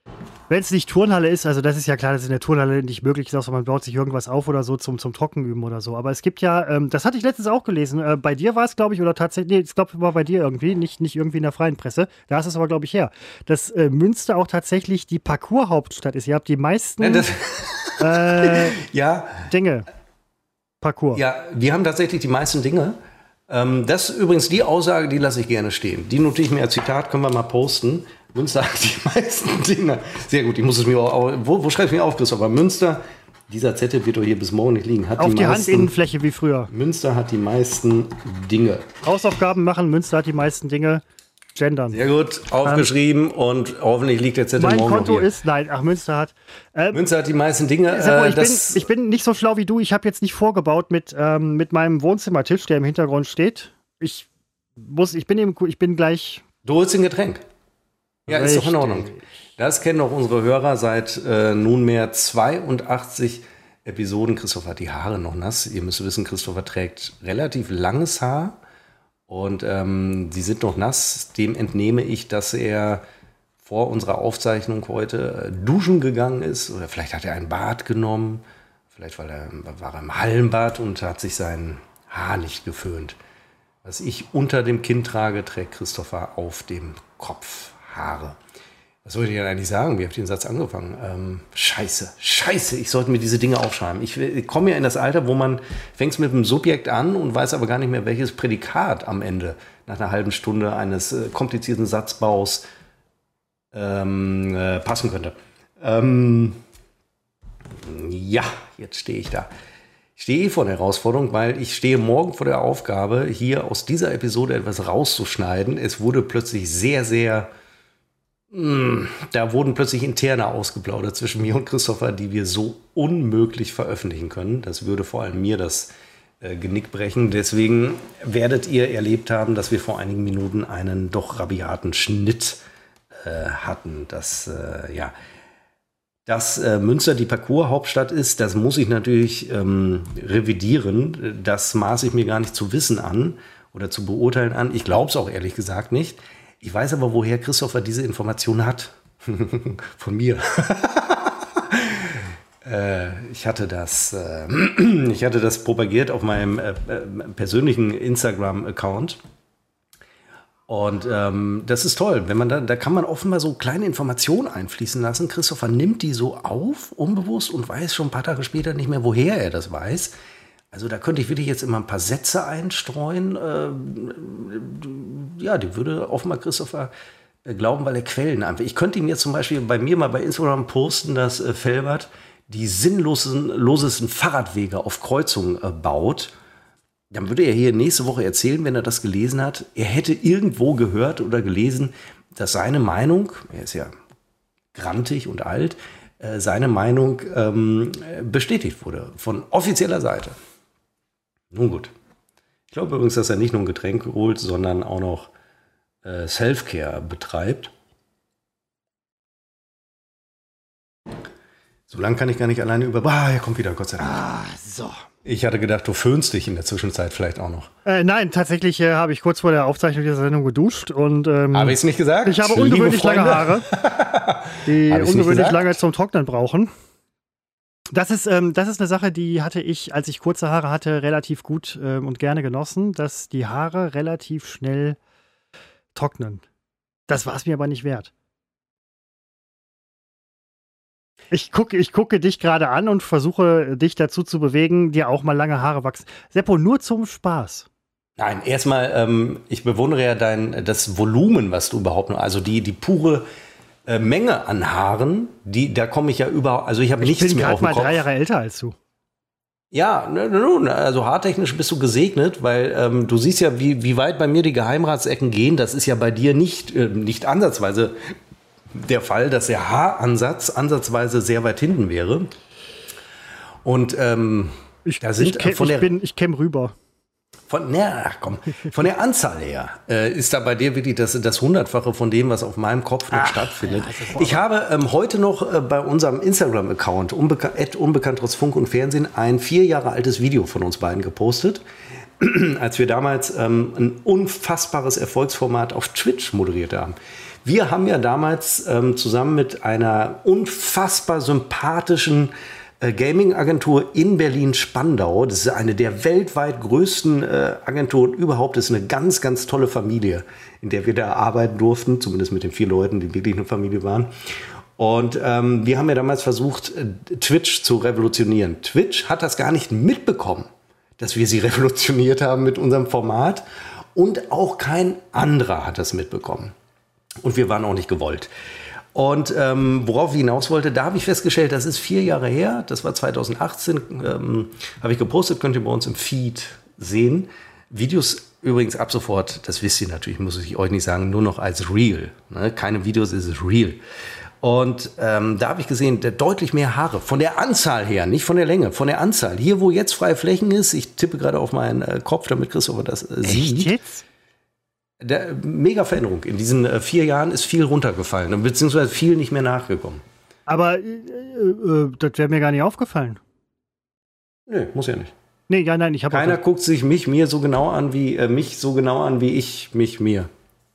Wenn es nicht Turnhalle ist, also das ist ja klar, dass es in der Turnhalle nicht möglich ist, außer man baut sich irgendwas auf oder so zum, zum Trockenüben oder so. Aber es gibt ja, ähm, das hatte ich letztens auch gelesen, äh, bei dir war es, glaube ich, oder tatsächlich, nee, ich glaube, war bei dir irgendwie, nicht, nicht irgendwie in der freien Presse, da ist es aber, glaube ich, her, dass äh, Münster auch tatsächlich die Parcours-Hauptstadt ist. Ihr habt die meisten Ja, das, äh, ja, Dinge. Parcours. ja, wir haben tatsächlich die meisten Dinge. Ähm, das ist übrigens die Aussage, die lasse ich gerne stehen. Die notiere ich mir als Zitat, können wir mal posten. Münster hat die meisten Dinge. Sehr gut, ich muss es mir auch. Wo, wo schreibe ich mir auf, Christopher? Münster, dieser Zettel wird doch hier bis morgen nicht liegen. Hat Auf die, die meisten, Handinnenfläche wie früher. Münster hat die meisten Dinge. Hausaufgaben machen, Münster hat die meisten Dinge. Gendern. Sehr gut, aufgeschrieben ähm, und hoffentlich liegt der Zettel mein morgen Konto noch hier. ist, nein, ach, Münster hat. Äh, Münster hat die meisten Dinge. Seppo, Äh, ich, bin, das, ich bin nicht so schlau wie du. Ich habe jetzt nicht vorgebaut mit, ähm, mit meinem Wohnzimmertisch, der im Hintergrund steht. Ich muss, ich bin eben, ich bin gleich. du holst ein Getränk. Ja, ist doch in Richtig. Ordnung. Das kennen doch unsere Hörer seit äh, nunmehr zweiundachtzig Episoden. Christoph hat die Haare noch nass. Ihr müsst wissen, Christopher trägt relativ langes Haar und ähm, die sind noch nass. Dem entnehme ich, dass er vor unserer Aufzeichnung heute äh, duschen gegangen ist oder vielleicht hat er ein Bad genommen. Vielleicht war er, war er im Hallenbad und hat sich sein Haar nicht geföhnt. Was ich unter dem Kinn trage, trägt Christopher auf dem Kopf Haare. Was wollte ich denn eigentlich sagen? Wie habe ich den Satz angefangen? Ähm, scheiße, scheiße, ich sollte mir diese Dinge aufschreiben. Ich, ich komme ja in das Alter, wo man fängt mit dem Subjekt an und weiß aber gar nicht mehr, welches Prädikat am Ende nach einer halben Stunde eines äh, komplizierten Satzbaus ähm, äh, passen könnte. Ähm, ja, jetzt stehe ich da. Ich stehe vor der Herausforderung, weil ich stehe morgen vor der Aufgabe, hier aus dieser Episode etwas rauszuschneiden. Es wurde plötzlich sehr, sehr, mh, da wurden plötzlich Interne ausgeplaudert zwischen mir und Christopher, die wir so unmöglich veröffentlichen können. Das würde vor allem mir das äh, Genick brechen. Deswegen werdet ihr erlebt haben, dass wir vor einigen Minuten einen doch rabiaten Schnitt äh, hatten. Das, äh, ja... Dass äh, Münster die Parcours-Hauptstadt ist, das muss ich natürlich ähm, revidieren. Das maße ich mir gar nicht zu wissen an oder zu beurteilen an. Ich glaube es auch ehrlich gesagt nicht. Ich weiß aber, woher Christopher diese Information hat. Von mir. äh, ich hatte das, äh, ich hatte das propagiert auf meinem äh, persönlichen Instagram-Account. Und ähm, das ist toll, wenn man da, da kann man offenbar so kleine Informationen einfließen lassen. Christopher nimmt die so auf, unbewusst, und weiß schon ein paar Tage später nicht mehr, woher er das weiß. Also da könnte ich wirklich jetzt immer ein paar Sätze einstreuen. Äh, ja, die würde offenbar Christopher äh, glauben, weil er Quellen einfach. Ich könnte ihm jetzt zum Beispiel bei mir mal bei Instagram posten, dass äh, Felbert die sinnlosen, losesten Fahrradwege auf Kreuzungen äh, baut. Dann würde er hier nächste Woche erzählen, wenn er das gelesen hat, er hätte irgendwo gehört oder gelesen, dass seine Meinung, er ist ja grantig und alt, äh, seine Meinung ähm, bestätigt wurde von offizieller Seite. Nun gut. Ich glaube übrigens, dass er nicht nur ein Getränk holt, sondern auch noch äh, Self-Care betreibt. So lange kann ich gar nicht alleine über... Ah, er kommt wieder, Gott sei Dank. Ah, so. Ich hatte gedacht, du föhnst dich in der Zwischenzeit vielleicht auch noch. Äh, nein, tatsächlich äh, habe ich kurz vor der Aufzeichnung dieser Sendung geduscht und ähm, habe ich es nicht gesagt? Ich habe ungewöhnlich lange Haare, die ungewöhnlich lange zum Trocknen brauchen. Das ist, ähm, das ist eine Sache, die hatte ich, als ich kurze Haare hatte, relativ gut ähm, und gerne genossen, dass die Haare relativ schnell trocknen. Das war es mir aber nicht wert. Ich gucke, ich gucke dich gerade an und versuche, dich dazu zu bewegen, dir auch mal lange Haare wachsen. Seppo, nur zum Spaß. Nein, erstmal, ähm, ich bewundere ja dein, das Volumen, was du überhaupt noch, also die, die pure äh, Menge an Haaren, die, da komme ich ja überhaupt, also ich habe nichts mehr auf dem Kopf. Ich bin gerade mal drei Jahre älter als du. Ja, nun, also haartechnisch bist du gesegnet, weil ähm, du siehst ja, wie, wie weit bei mir die Geheimratsecken gehen. Das ist ja bei dir nicht, äh, nicht ansatzweise der Fall, dass der Haaransatz ansatzweise sehr weit hinten wäre. Und ähm, ich, da sind ich, käm, von der, ich, bin, ich käme rüber. Von, na, ach komm, von der Anzahl her äh, ist da bei dir wirklich das, das Hundertfache von dem, was auf meinem Kopf noch ach, stattfindet. Ja, ich habe ähm, heute noch äh, bei unserem Instagram-Account unbeka- at unbekannt trotz Funk und Fernsehen ein vier Jahre altes Video von uns beiden gepostet. als wir damals ähm, ein unfassbares Erfolgsformat auf Twitch moderiert haben. Wir haben ja damals ähm, zusammen mit einer unfassbar sympathischen äh, Gaming-Agentur in Berlin-Spandau, das ist eine der weltweit größten äh, Agenturen überhaupt, das ist eine ganz, ganz tolle Familie, in der wir da arbeiten durften, zumindest mit den vier Leuten, die wirklich eine Familie waren. Und ähm, wir haben ja damals versucht, Twitch zu revolutionieren. Twitch hat das gar nicht mitbekommen, dass wir sie revolutioniert haben mit unserem Format. Und auch kein anderer hat das mitbekommen. Und wir waren auch nicht gewollt. Und ähm, worauf ich hinaus wollte, da habe ich festgestellt, das ist vier Jahre her, das war zwanzig achtzehn, ähm, habe ich gepostet, könnt ihr bei uns im Feed sehen. Videos übrigens ab sofort, das wisst ihr natürlich, muss ich euch nicht sagen, nur noch als Real. Ne? Keine Videos, ist es Real. Und ähm, da habe ich gesehen, der deutlich mehr Haare. Von der Anzahl her, nicht von der Länge, von der Anzahl. Hier, wo jetzt freie Flächen ist, ich tippe gerade auf meinen äh, Kopf, damit Christopher das äh, sieht. Echt jetzt? Der, mega Veränderung. In diesen äh, vier Jahren ist viel runtergefallen, beziehungsweise viel nicht mehr nachgekommen. Aber äh, äh, das wäre mir gar nicht aufgefallen. Nee, muss ja nicht. Nee, ja, nein, ich habe Keiner guckt sich mich mir so genau an, wie äh, mich so genau an, wie ich mich mir.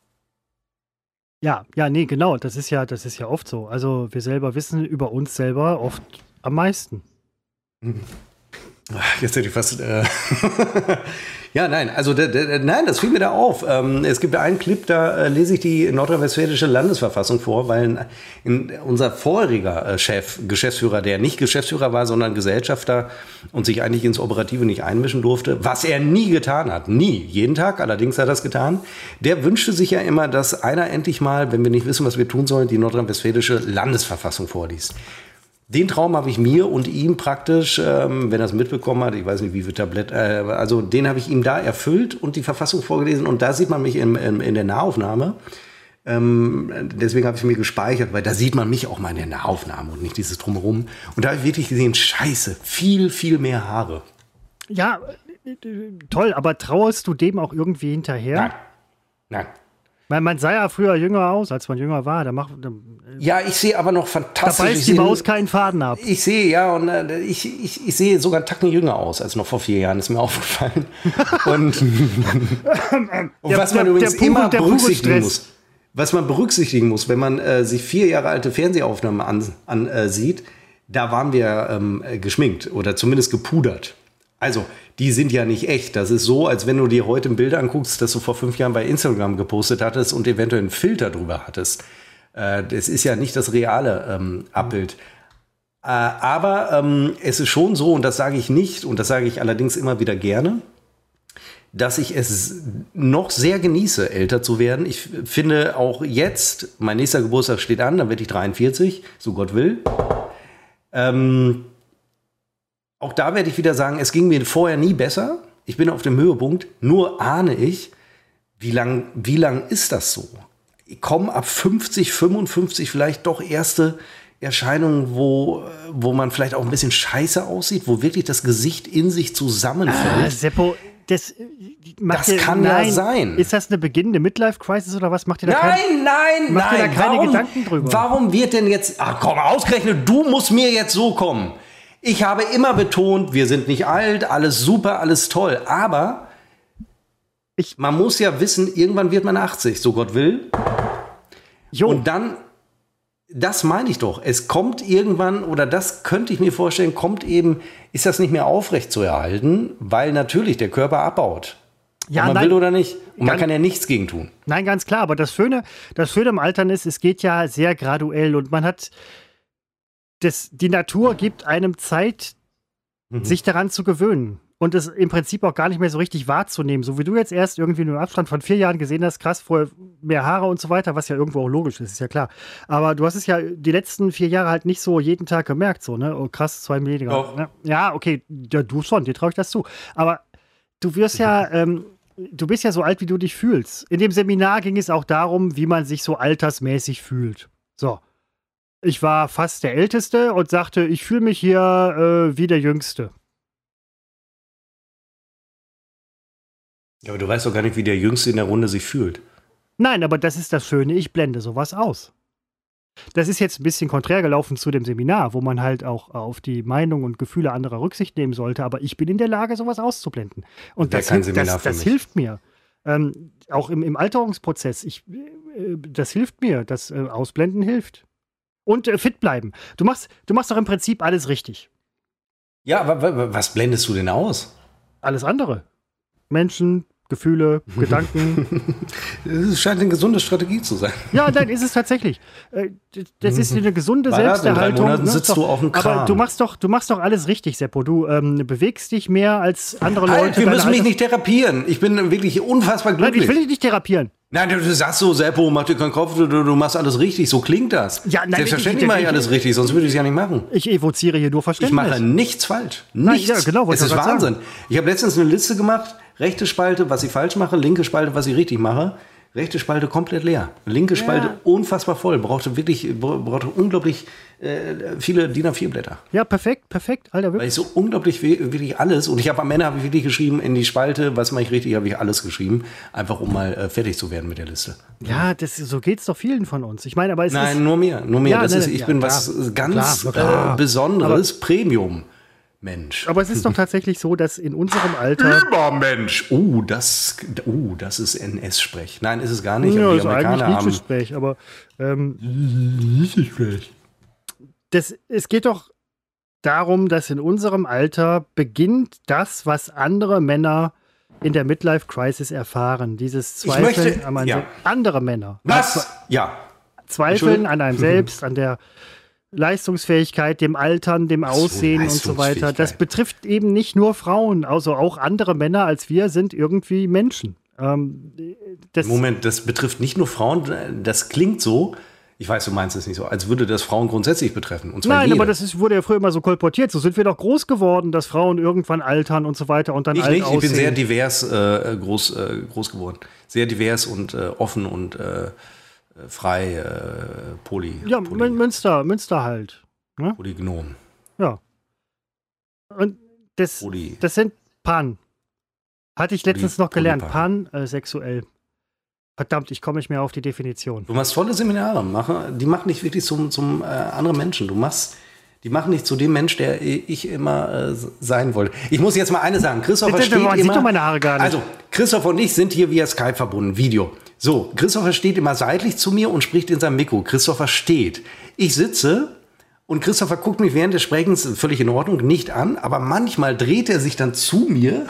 Ja, ja, nee, genau. Das ist ja, das ist ja oft so. Also wir selber wissen über uns selber oft am meisten. Jetzt hätte ich fast. Äh ja, nein, also d- d- nein, das fiel mir da auf. Ähm, es gibt einen Clip, da äh, lese ich die nordrhein-westfälische Landesverfassung vor, weil in, unser vorheriger äh, Chef, Geschäftsführer, der nicht Geschäftsführer war, sondern Gesellschafter und sich eigentlich ins Operative nicht einmischen durfte, was er nie getan hat, nie, jeden Tag, allerdings hat er das getan, der wünschte sich ja immer, dass einer endlich mal, wenn wir nicht wissen, was wir tun sollen, die nordrhein-westfälische Landesverfassung vorliest. Den Traum habe ich mir und ihm praktisch, ähm, wenn er es mitbekommen hat, ich weiß nicht, wie viel Tablett, äh, also den habe ich ihm da erfüllt und die Verfassung vorgelesen. Und da sieht man mich in, in, in der Nahaufnahme. Ähm, deswegen habe ich mir gespeichert, weil da sieht man mich auch mal in der Nahaufnahme und nicht dieses Drumherum. Und da habe ich wirklich gesehen, scheiße, viel, viel mehr Haare. Ja, äh, äh, toll, aber trauerst du dem auch irgendwie hinterher? Nein, nein. Weil man sah ja früher jünger aus, als man jünger war. Da, macht, da, Ja, ich sehe aber noch da fantastisch. beißt die Maus keinen Faden ab. Ich sehe, ja, und äh, ich, ich, ich sehe sogar einen Tacken jünger aus als noch vor vier Jahren, ist mir aufgefallen. Und, und Der- was man der- übrigens der pure- immer der pure berücksichtigen Stress. muss, was man berücksichtigen muss, wenn man äh, sich vier Jahre alte Fernsehaufnahmen ansieht, an, äh, sieht, da waren wir ähm, äh, geschminkt oder zumindest gepudert. Also, die sind ja nicht echt. Das ist so, als wenn du dir heute ein Bild anguckst, das du vor fünf Jahren bei Instagram gepostet hattest und eventuell einen Filter drüber hattest. Äh, das ist ja nicht das reale ähm, Abbild. Äh, aber ähm, es ist schon so, und das sage ich nicht, und das sage ich allerdings immer wieder gerne, dass ich es noch sehr genieße, älter zu werden. Ich finde auch jetzt, mein nächster Geburtstag steht an, dann werde ich dreiundvierzig, so Gott will. Ähm, Auch da werde ich wieder sagen, es ging mir vorher nie besser. Ich bin auf dem Höhepunkt. Nur ahne ich, wie lang, wie lang ist das so? Kommen ab fünfzig, fünfundfünfzig vielleicht doch erste Erscheinungen, wo, wo man vielleicht auch ein bisschen scheiße aussieht, wo wirklich das Gesicht in sich zusammenfällt. Ah, Seppo, das, äh, macht Das dir- kann ja sein. Ist das eine beginnende Midlife-Crisis oder was? Macht ihr da kein, Nein, nein, Mach dir da nein. keine warum, Gedanken drüber. Warum wird denn jetzt, ach komm, ausgerechnet, du musst mir jetzt so kommen. Ich habe immer betont, wir sind nicht alt, alles super, alles toll. Aber Ich- man muss ja wissen, irgendwann wird man achtzig, so Gott will. Jo, Und dann, das meine ich doch, es kommt irgendwann, oder das könnte ich mir vorstellen, kommt eben, ist das nicht mehr aufrecht zu erhalten, weil natürlich der Körper abbaut. ja, Ob man nein, will oder nicht. Und man Ganz- kann ja nichts gegen tun. nein, ganz klar. Aber das Schöne, das Schöne im Altern ist, es geht ja sehr graduell und man hat, das, die Natur gibt einem Zeit, Mhm. sich daran zu gewöhnen. Und es im Prinzip auch gar nicht mehr so richtig wahrzunehmen. So wie du jetzt erst irgendwie nur im Abstand von vier Jahren gesehen hast, krass, vorher mehr Haare und so weiter, was ja irgendwo auch logisch ist, ist ja klar. Aber du hast es ja die letzten vier Jahre halt nicht so jeden Tag gemerkt, so, ne? Oh, krass, zwei Millimeter. Doch. Ne? Ja, okay, ja, du schon, dir traue ich das zu. Aber du wirst ja, ähm, du bist ja so alt, wie du dich fühlst. In dem Seminar ging es auch darum, wie man sich so altersmäßig fühlt. So. Ich war fast der Älteste und sagte, ich fühle mich hier äh, wie der Jüngste. Ja, aber du weißt doch gar nicht, wie der Jüngste in der Runde sich fühlt. Nein, aber das ist das Schöne, ich blende sowas aus. Das ist jetzt ein bisschen konträr gelaufen zu dem Seminar, wo man halt auch auf die Meinung und Gefühle anderer Rücksicht nehmen sollte. Aber ich bin in der Lage, sowas auszublenden. Und das, hilft, das, das hilft mir. Ähm, auch im, im Alterungsprozess. Ich, äh, das hilft mir. Das äh, Ausblenden hilft. Und äh, fit bleiben. Du machst, du machst doch im Prinzip alles richtig. Ja, aber was blendest du denn aus? Alles andere. Menschen, Gefühle, Gedanken. Es scheint eine gesunde Strategie zu sein. Ja, dann ist es tatsächlich. Das ist eine gesunde Selbsterhaltung. In drei Monaten sitzt du auf dem Kran. Aber du machst doch, du machst doch alles richtig, Seppo. Du ähm, bewegst dich mehr als andere Leute. Halt, wir müssen mich nicht therapieren. Ich bin wirklich unfassbar glücklich. Nein, ich will dich nicht therapieren. Nein, du, du sagst so, Seppo, mach dir keinen Kopf, du, du machst alles richtig. So klingt das. Ja, nein, Selbstverständlich mache ich alles richtig, sonst würde ich es ja nicht machen. Ich evoziere hier nur Verständnis. Ich mache nichts falsch. Nichts. Nein, ja, genau, es ist Wahnsinn. Sagen. Ich habe letztens eine Liste gemacht. Rechte Spalte, was ich falsch mache. Linke Spalte, was ich richtig mache. Rechte Spalte komplett leer. Linke Spalte ja. unfassbar voll. Brauchte wirklich, brauchte unglaublich äh, viele D I N A vier Blätter. Ja, perfekt, perfekt. Alter, wirklich. Weil ich so unglaublich wirklich alles, und ich habe am Ende habe ich wirklich geschrieben, in die Spalte, was mache ich richtig, habe ich alles geschrieben. Einfach um mal äh, fertig zu werden mit der Liste. Ja, das, so geht es doch vielen von uns. Ich meine, aber es Nein, ist nur mir. Nur mir. Ja, das nein, ist, ich ja, bin klar, was ganz klar, klar. Äh, Besonderes, aber, Premium. Mensch. Aber es ist doch tatsächlich so, dass in unserem Alter... Übermensch! Uh, das, uh, das ist N S-Sprech. Nein, ist es gar nicht. Ja, aber die ist Amerikaner eigentlich haben Nietzsche-Sprech, aber... Ähm, Nietzsche-Sprech. Das, es geht doch darum, dass in unserem Alter beginnt das, was andere Männer in der Midlife-Crisis erfahren. Dieses Zweifeln möchte, an einem ja. andere Männer. Was? Ja. Zweifeln an einem selbst, an der Leistungsfähigkeit, dem Altern, dem Aussehen so, und so weiter. Das betrifft eben nicht nur Frauen, also auch andere Männer als wir sind irgendwie Menschen. Ähm, das Moment, das betrifft nicht nur Frauen, das klingt so, ich weiß, du meinst es nicht so, als würde das Frauen grundsätzlich betreffen. Und zwar Nein, jede. aber das ist, wurde ja früher immer so kolportiert. So sind wir doch groß geworden, dass Frauen irgendwann altern und so weiter und dann ich alt nicht, aussehen. Ich bin sehr divers äh, groß, äh, groß geworden. Sehr divers und äh, offen und äh, frei, äh, poly. Ja, poly, Münster, Münster halt. Ne? Polygnom. Ja. Und das, Poly. das sind Pan. Hatte ich letztens Poly, noch gelernt. Polypan. Pansexuell. Verdammt, ich komme nicht mehr auf die Definition. Du machst tolle Seminare. Machen, die machen dich wirklich zum, zum äh, anderen Menschen. Du machst, die machen dich zu dem Mensch, der ich immer äh, sein wollte. Ich muss jetzt mal eine sagen. Christopher Bitte, steht man immer... sieht doch meine Haare gar nicht. Also, Christoph und ich sind hier via Skype verbunden. Video. So, Christopher steht immer seitlich zu mir und spricht in seinem Mikro. Christopher steht. Ich sitze und Christopher guckt mich während des Sprechens, völlig in Ordnung, nicht an. Aber manchmal dreht er sich dann zu mir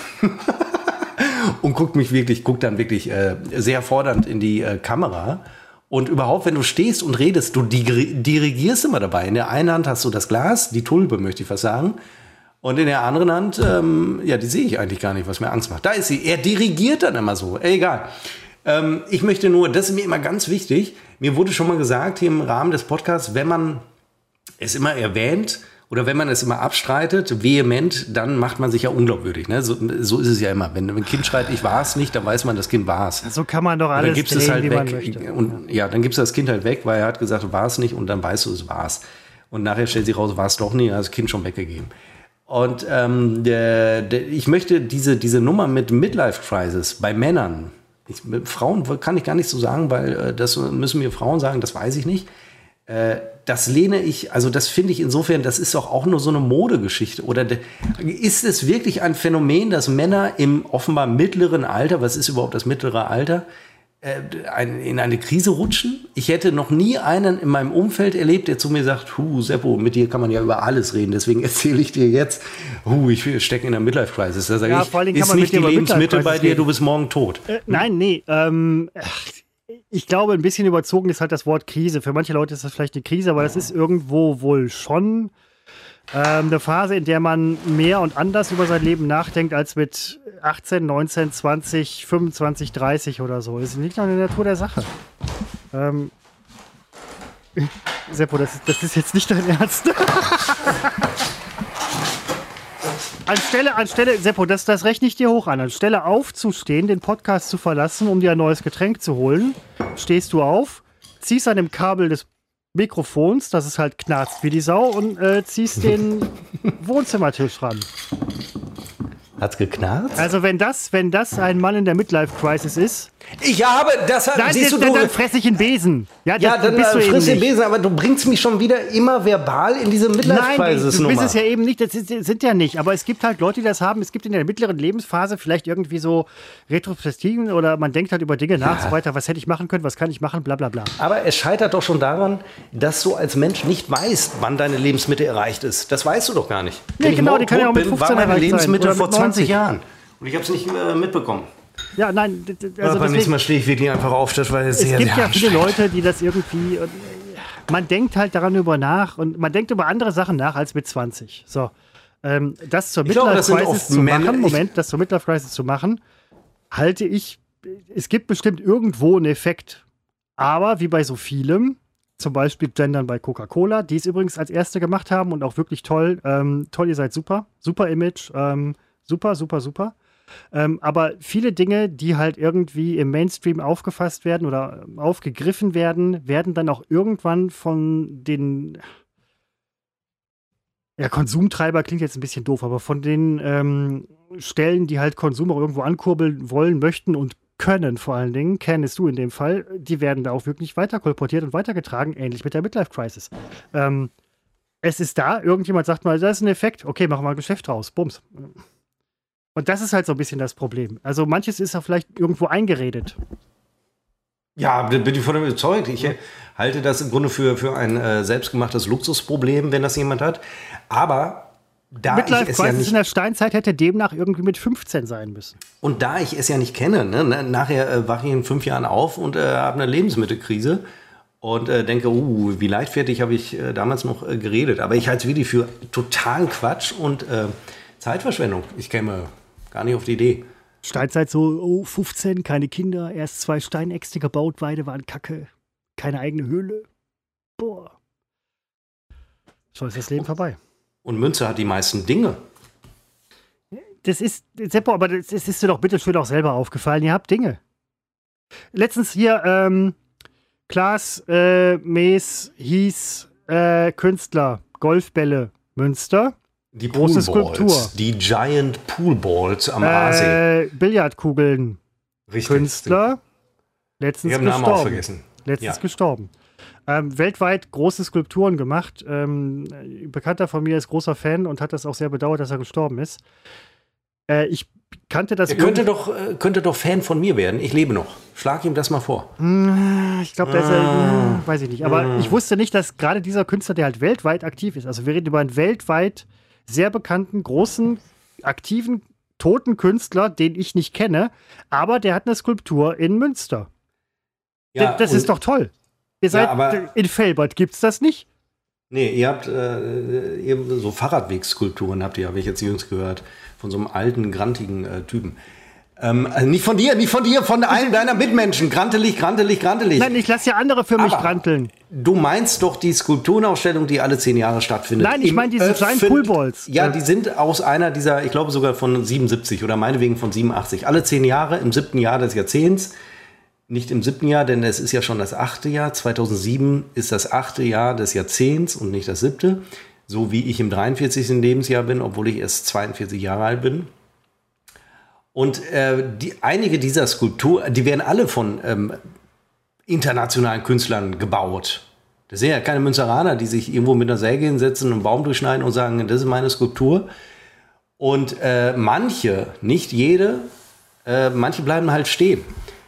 und guckt mich wirklich, guckt dann wirklich äh, sehr fordernd in die äh, Kamera. Und überhaupt, wenn du stehst und redest, du dirigierst immer dabei. In der einen Hand hast du das Glas, die Tulpe, möchte ich fast sagen. Und in der anderen Hand, ähm, ja, die sehe ich eigentlich gar nicht, was mir Angst macht. Da ist sie. Er dirigiert dann immer so. Egal. Ähm, ich möchte nur, das ist mir immer ganz wichtig, mir wurde schon mal gesagt, hier im Rahmen des Podcasts, wenn man es immer erwähnt oder wenn man es immer abstreitet, vehement, dann macht man sich ja unglaubwürdig. Ne? So, so ist es ja immer. Wenn ein Kind schreit, ich war es nicht, dann weiß man, das Kind war es. So kann man doch alles dann gibst drehen, es halt wie weg. man möchte. Und ja, dann gibst du das Kind halt weg, weil er hat gesagt, war es nicht und dann weißt du, es war es. Und nachher stellt sich raus, war es doch nicht, hat das Kind schon weggegeben. Und ähm, der, der, ich möchte diese, diese Nummer mit Midlife-Crisis bei Männern, ich, mit Frauen kann ich gar nicht so sagen, weil äh, das müssen mir Frauen sagen, das weiß ich nicht. Äh, das lehne ich, also das finde ich insofern, das ist doch auch nur so eine Modegeschichte. Oder de, ist es wirklich ein Phänomen, dass Männer im offenbar mittleren Alter, was ist überhaupt das mittlere Alter, äh, ein, in eine Krise rutschen? Ich hätte noch nie einen in meinem Umfeld erlebt, der zu mir sagt, hu, Seppo, mit dir kann man ja über alles reden, deswegen erzähle ich dir jetzt, hu, ich stecke in der Midlife-Crisis. Da sage Ja, ich, vor allen Dingen ist kann man nicht mit die dir über Lebensmittel bei Midlife-Crisis dir, du reden. bist morgen tot. Äh, nein, nee. Ähm, ich glaube, ein bisschen überzogen ist halt das Wort Krise. Für manche Leute ist das vielleicht eine Krise, aber das ist irgendwo wohl schon ähm, eine Phase, in der man mehr und anders über sein Leben nachdenkt als mit achtzehn, neunzehn, zwanzig, fünfundzwanzig, dreißig oder so. Das liegt an der Natur der Sache. Ähm, Seppo, das, das ist jetzt nicht dein Ernst. Anstelle, anstelle, Seppo, das, das rechne ich dir hoch an. Anstelle aufzustehen, den Podcast zu verlassen, um dir ein neues Getränk zu holen, stehst du auf, ziehst an dem Kabel des Mikrofons, dass es halt knarzt wie die Sau, und äh, ziehst den Wohnzimmertisch ran. Hat's geknarzt? Also wenn das, wenn das ein Mann in der Midlife-Crisis ist, Ich habe, das hat, Nein, siehst du, dann, du, dann fresse ich einen Besen. Ja, ja, das dann bist du äh, eben friss den nicht. Besen, aber du bringst mich schon wieder immer verbal in diese Nein, du Midlife-Crisis-Nummer. bist es ja eben nicht, das ist, sind ja nicht. Aber es gibt halt Leute, die das haben. Es gibt in der mittleren Lebensphase vielleicht irgendwie so Retrospektiven oder man denkt halt über Dinge nach, so weiter. Was hätte ich machen können, was kann ich machen, bla bla bla. Aber es scheitert doch schon daran, dass du als Mensch nicht weißt, wann deine Lebensmitte erreicht ist. Das weißt du doch gar nicht. Nee, Wenn genau, ich die kann ja auch mit bin, fünfzehn war meine erreicht sein. Lebensmitte Oder vor mit zwanzig neunzig. Jahren. Und ich habe es nicht äh, mitbekommen. Ja, nein, d- d- also Aber beim deswegen, nächsten Mal stehe ich wirklich einfach auf, das war es sehr, gibt sehr ja viele anstrengend. Leute, die das irgendwie, und, äh, man denkt halt daran über nach und man denkt über andere Sachen nach als mit zwanzig. So, ähm, das zur Ich glaube, Midlife das sind Crisis oft zu Männer- machen, ich- Moment, das zur Midlife Crisis zu machen, halte ich, es gibt bestimmt irgendwo einen Effekt, aber wie bei so vielem, zum Beispiel Gendern bei Coca-Cola, die es übrigens als erste gemacht haben und auch wirklich toll, ähm, toll, ihr seid super, super Image, ähm, super, super, super. Ähm, aber viele Dinge, die halt irgendwie im Mainstream aufgefasst werden oder ähm, aufgegriffen werden, werden dann auch irgendwann von den ja, Konsumtreiber klingt jetzt ein bisschen doof, aber von den ähm, Stellen, die halt Konsum auch irgendwo ankurbeln wollen, möchten und können vor allen Dingen, kennst du in dem Fall, die werden da auch wirklich weiter kolportiert und weitergetragen, ähnlich mit der Midlife Crisis. Ähm, es ist da, irgendjemand sagt mal, das ist ein Effekt, okay, machen wir ein Geschäft draus, bums. Und das ist halt so ein bisschen das Problem. Also manches ist ja vielleicht irgendwo eingeredet. Ja, bin ich von dem überzeugt. Ich äh, halte das im Grunde für, für ein äh, selbstgemachtes Luxusproblem, wenn das jemand hat. Aber da ich Midlife es ja Crisis nicht in der Steinzeit hätte demnach irgendwie mit fünfzehn sein müssen. und da ich es ja nicht kenne, ne, na- nachher äh, wache ich in fünf Jahren auf und äh, habe eine Lebensmittelkrise und äh, denke, uh, wie leichtfertig habe ich äh, damals noch äh, geredet. Aber ich halte es wirklich für totalen Quatsch und äh, Zeitverschwendung. Ich käme gar nicht auf die Idee. Steinzeit so, oh, fünfzehn, keine Kinder, erst zwei Steinäxte gebaut, beide waren kacke. Keine eigene Höhle. Boah. So ist das Leben vorbei. Und Münze hat die meisten Dinge. Das ist, Seppo, aber das, das ist dir doch bitte schön auch selber aufgefallen. Ihr habt Dinge. Letztens hier, ähm, Klaas, äh, Mees, hieß, äh, Künstler, Golfbälle, Münster. Die Große Poolballs, Skulptur. die Giant Poolballs am Aasee. Äh, Billardkugeln, Richtig. Künstler, letztens Ich habe den Namen gestorben. auch vergessen. Letztens Ja. gestorben. Ähm, weltweit große Skulpturen gemacht. Ähm, ein Bekannter von mir ist großer Fan und hat das auch sehr bedauert, dass er gestorben ist. Äh, ich kannte das Er könnte doch, äh, könnte doch Fan von mir werden. Ich lebe noch. Schlag ihm das mal vor. Ich glaube, da ist er, hm, weiß ich nicht. Aber ich wusste nicht, dass gerade dieser Künstler, der halt weltweit aktiv ist, also wir reden über einen weltweit sehr bekannten, großen, aktiven, toten Künstler, den ich nicht kenne, aber der hat eine Skulptur in Münster. D- das und- ist doch toll. Ihr seid aber- in Velbert, gibt's das nicht? Nee, ihr habt äh, ihr, so Fahrradwegsskulpturen, habt ihr, habe ich jetzt jüngst gehört. Von so einem alten, grantigen äh, Typen. Ähm, also nicht von dir, nicht von dir, von einem deiner Mitmenschen. Grantelig, grantelig, grantelig. Nein, ich lasse ja andere für mich Aber- granteln. Du meinst doch die Skulpturenausstellung, die alle zehn Jahre stattfindet. Nein, ich Im meine diese Giant Öffent- Poolballs. Ja, Äh, die sind aus einer dieser, ich glaube sogar von siebenundsiebzig oder meinetwegen von siebenundachtzig. Alle zehn Jahre, im siebten Jahr des Jahrzehnts. Nicht im siebten Jahr, denn es ist ja schon das achte Jahr. zweitausendsieben ist das achte Jahr des Jahrzehnts und nicht das siebte. So wie ich im dreiundvierzigsten Lebensjahr bin, obwohl ich erst zweiundvierzig Jahre alt bin. Und äh, die, einige dieser Skulpturen, die werden alle von ähm, internationalen Künstlern gebaut. Das sind ja keine Münzeraner, die sich irgendwo mit einer Säge hinsetzen, einen Baum durchschneiden und sagen, das ist meine Skulptur. Und äh, manche, nicht jede, äh, manche bleiben halt stehen.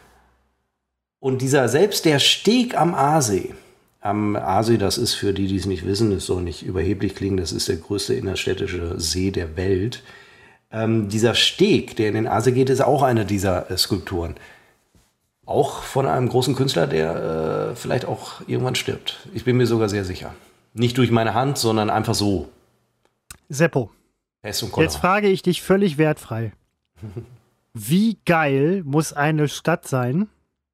Und dieser, selbst der Steg am Aasee, am Aasee, das ist für die, die es nicht wissen, es soll nicht überheblich klingen, das ist der größte innerstädtische See der Welt. Ähm, dieser Steg, der in den Aasee geht, ist auch eine dieser äh, Skulpturen. Auch von einem großen Künstler, der äh, vielleicht auch irgendwann stirbt. Ich bin mir sogar sehr sicher. Nicht durch meine Hand, sondern einfach so. Seppo, Pest und jetzt Cholera. frage ich dich völlig wertfrei. Wie geil muss eine Stadt sein,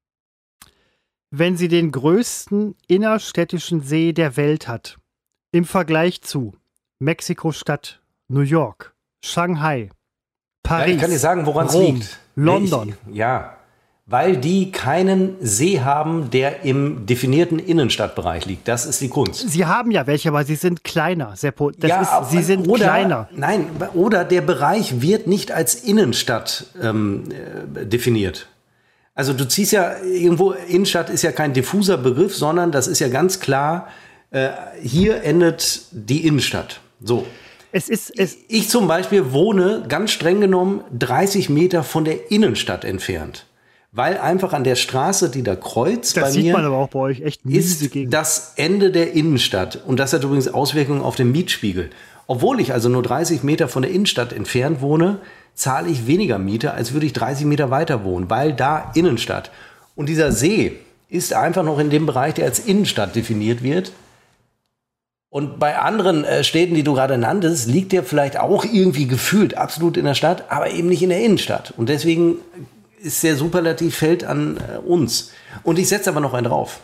wenn sie den größten innerstädtischen See der Welt hat? Im Vergleich zu Mexiko-Stadt, New York, Shanghai, Ja, Paris, ich kann dir sagen, woran es Rom, liegt. London. Ich, ja, weil die keinen See haben, der im definierten Innenstadtbereich liegt. Das ist die Kunst. Sie haben ja welche, aber sie sind kleiner, Seppo. Das ja, ist, aber- sie sind oder, kleiner. Nein, oder der Bereich wird nicht als Innenstadt ähm, äh, definiert. Also du ziehst ja irgendwo, Innenstadt ist ja kein diffuser Begriff, sondern das ist ja ganz klar, äh, hier endet die Innenstadt. So. Es ist, es ich zum Beispiel wohne ganz streng genommen dreißig Meter von der Innenstadt entfernt. Weil einfach an der Straße, die da kreuzt, das bei sieht mir, man aber auch bei euch echt miese ist Gegend. das Ende der Innenstadt. Und das hat übrigens Auswirkungen auf den Mietspiegel. Obwohl ich also nur dreißig Meter von der Innenstadt entfernt wohne, zahle ich weniger Miete, als würde ich dreißig Meter weiter wohnen, weil da Innenstadt. Und dieser See ist einfach noch in dem Bereich, der als Innenstadt definiert wird. Und bei anderen äh, Städten, die du gerade nanntest, liegt der vielleicht auch irgendwie gefühlt absolut in der Stadt, aber eben nicht in der Innenstadt. Und deswegen ist der Superlativ fällt an äh, uns. Und ich setze aber noch einen drauf.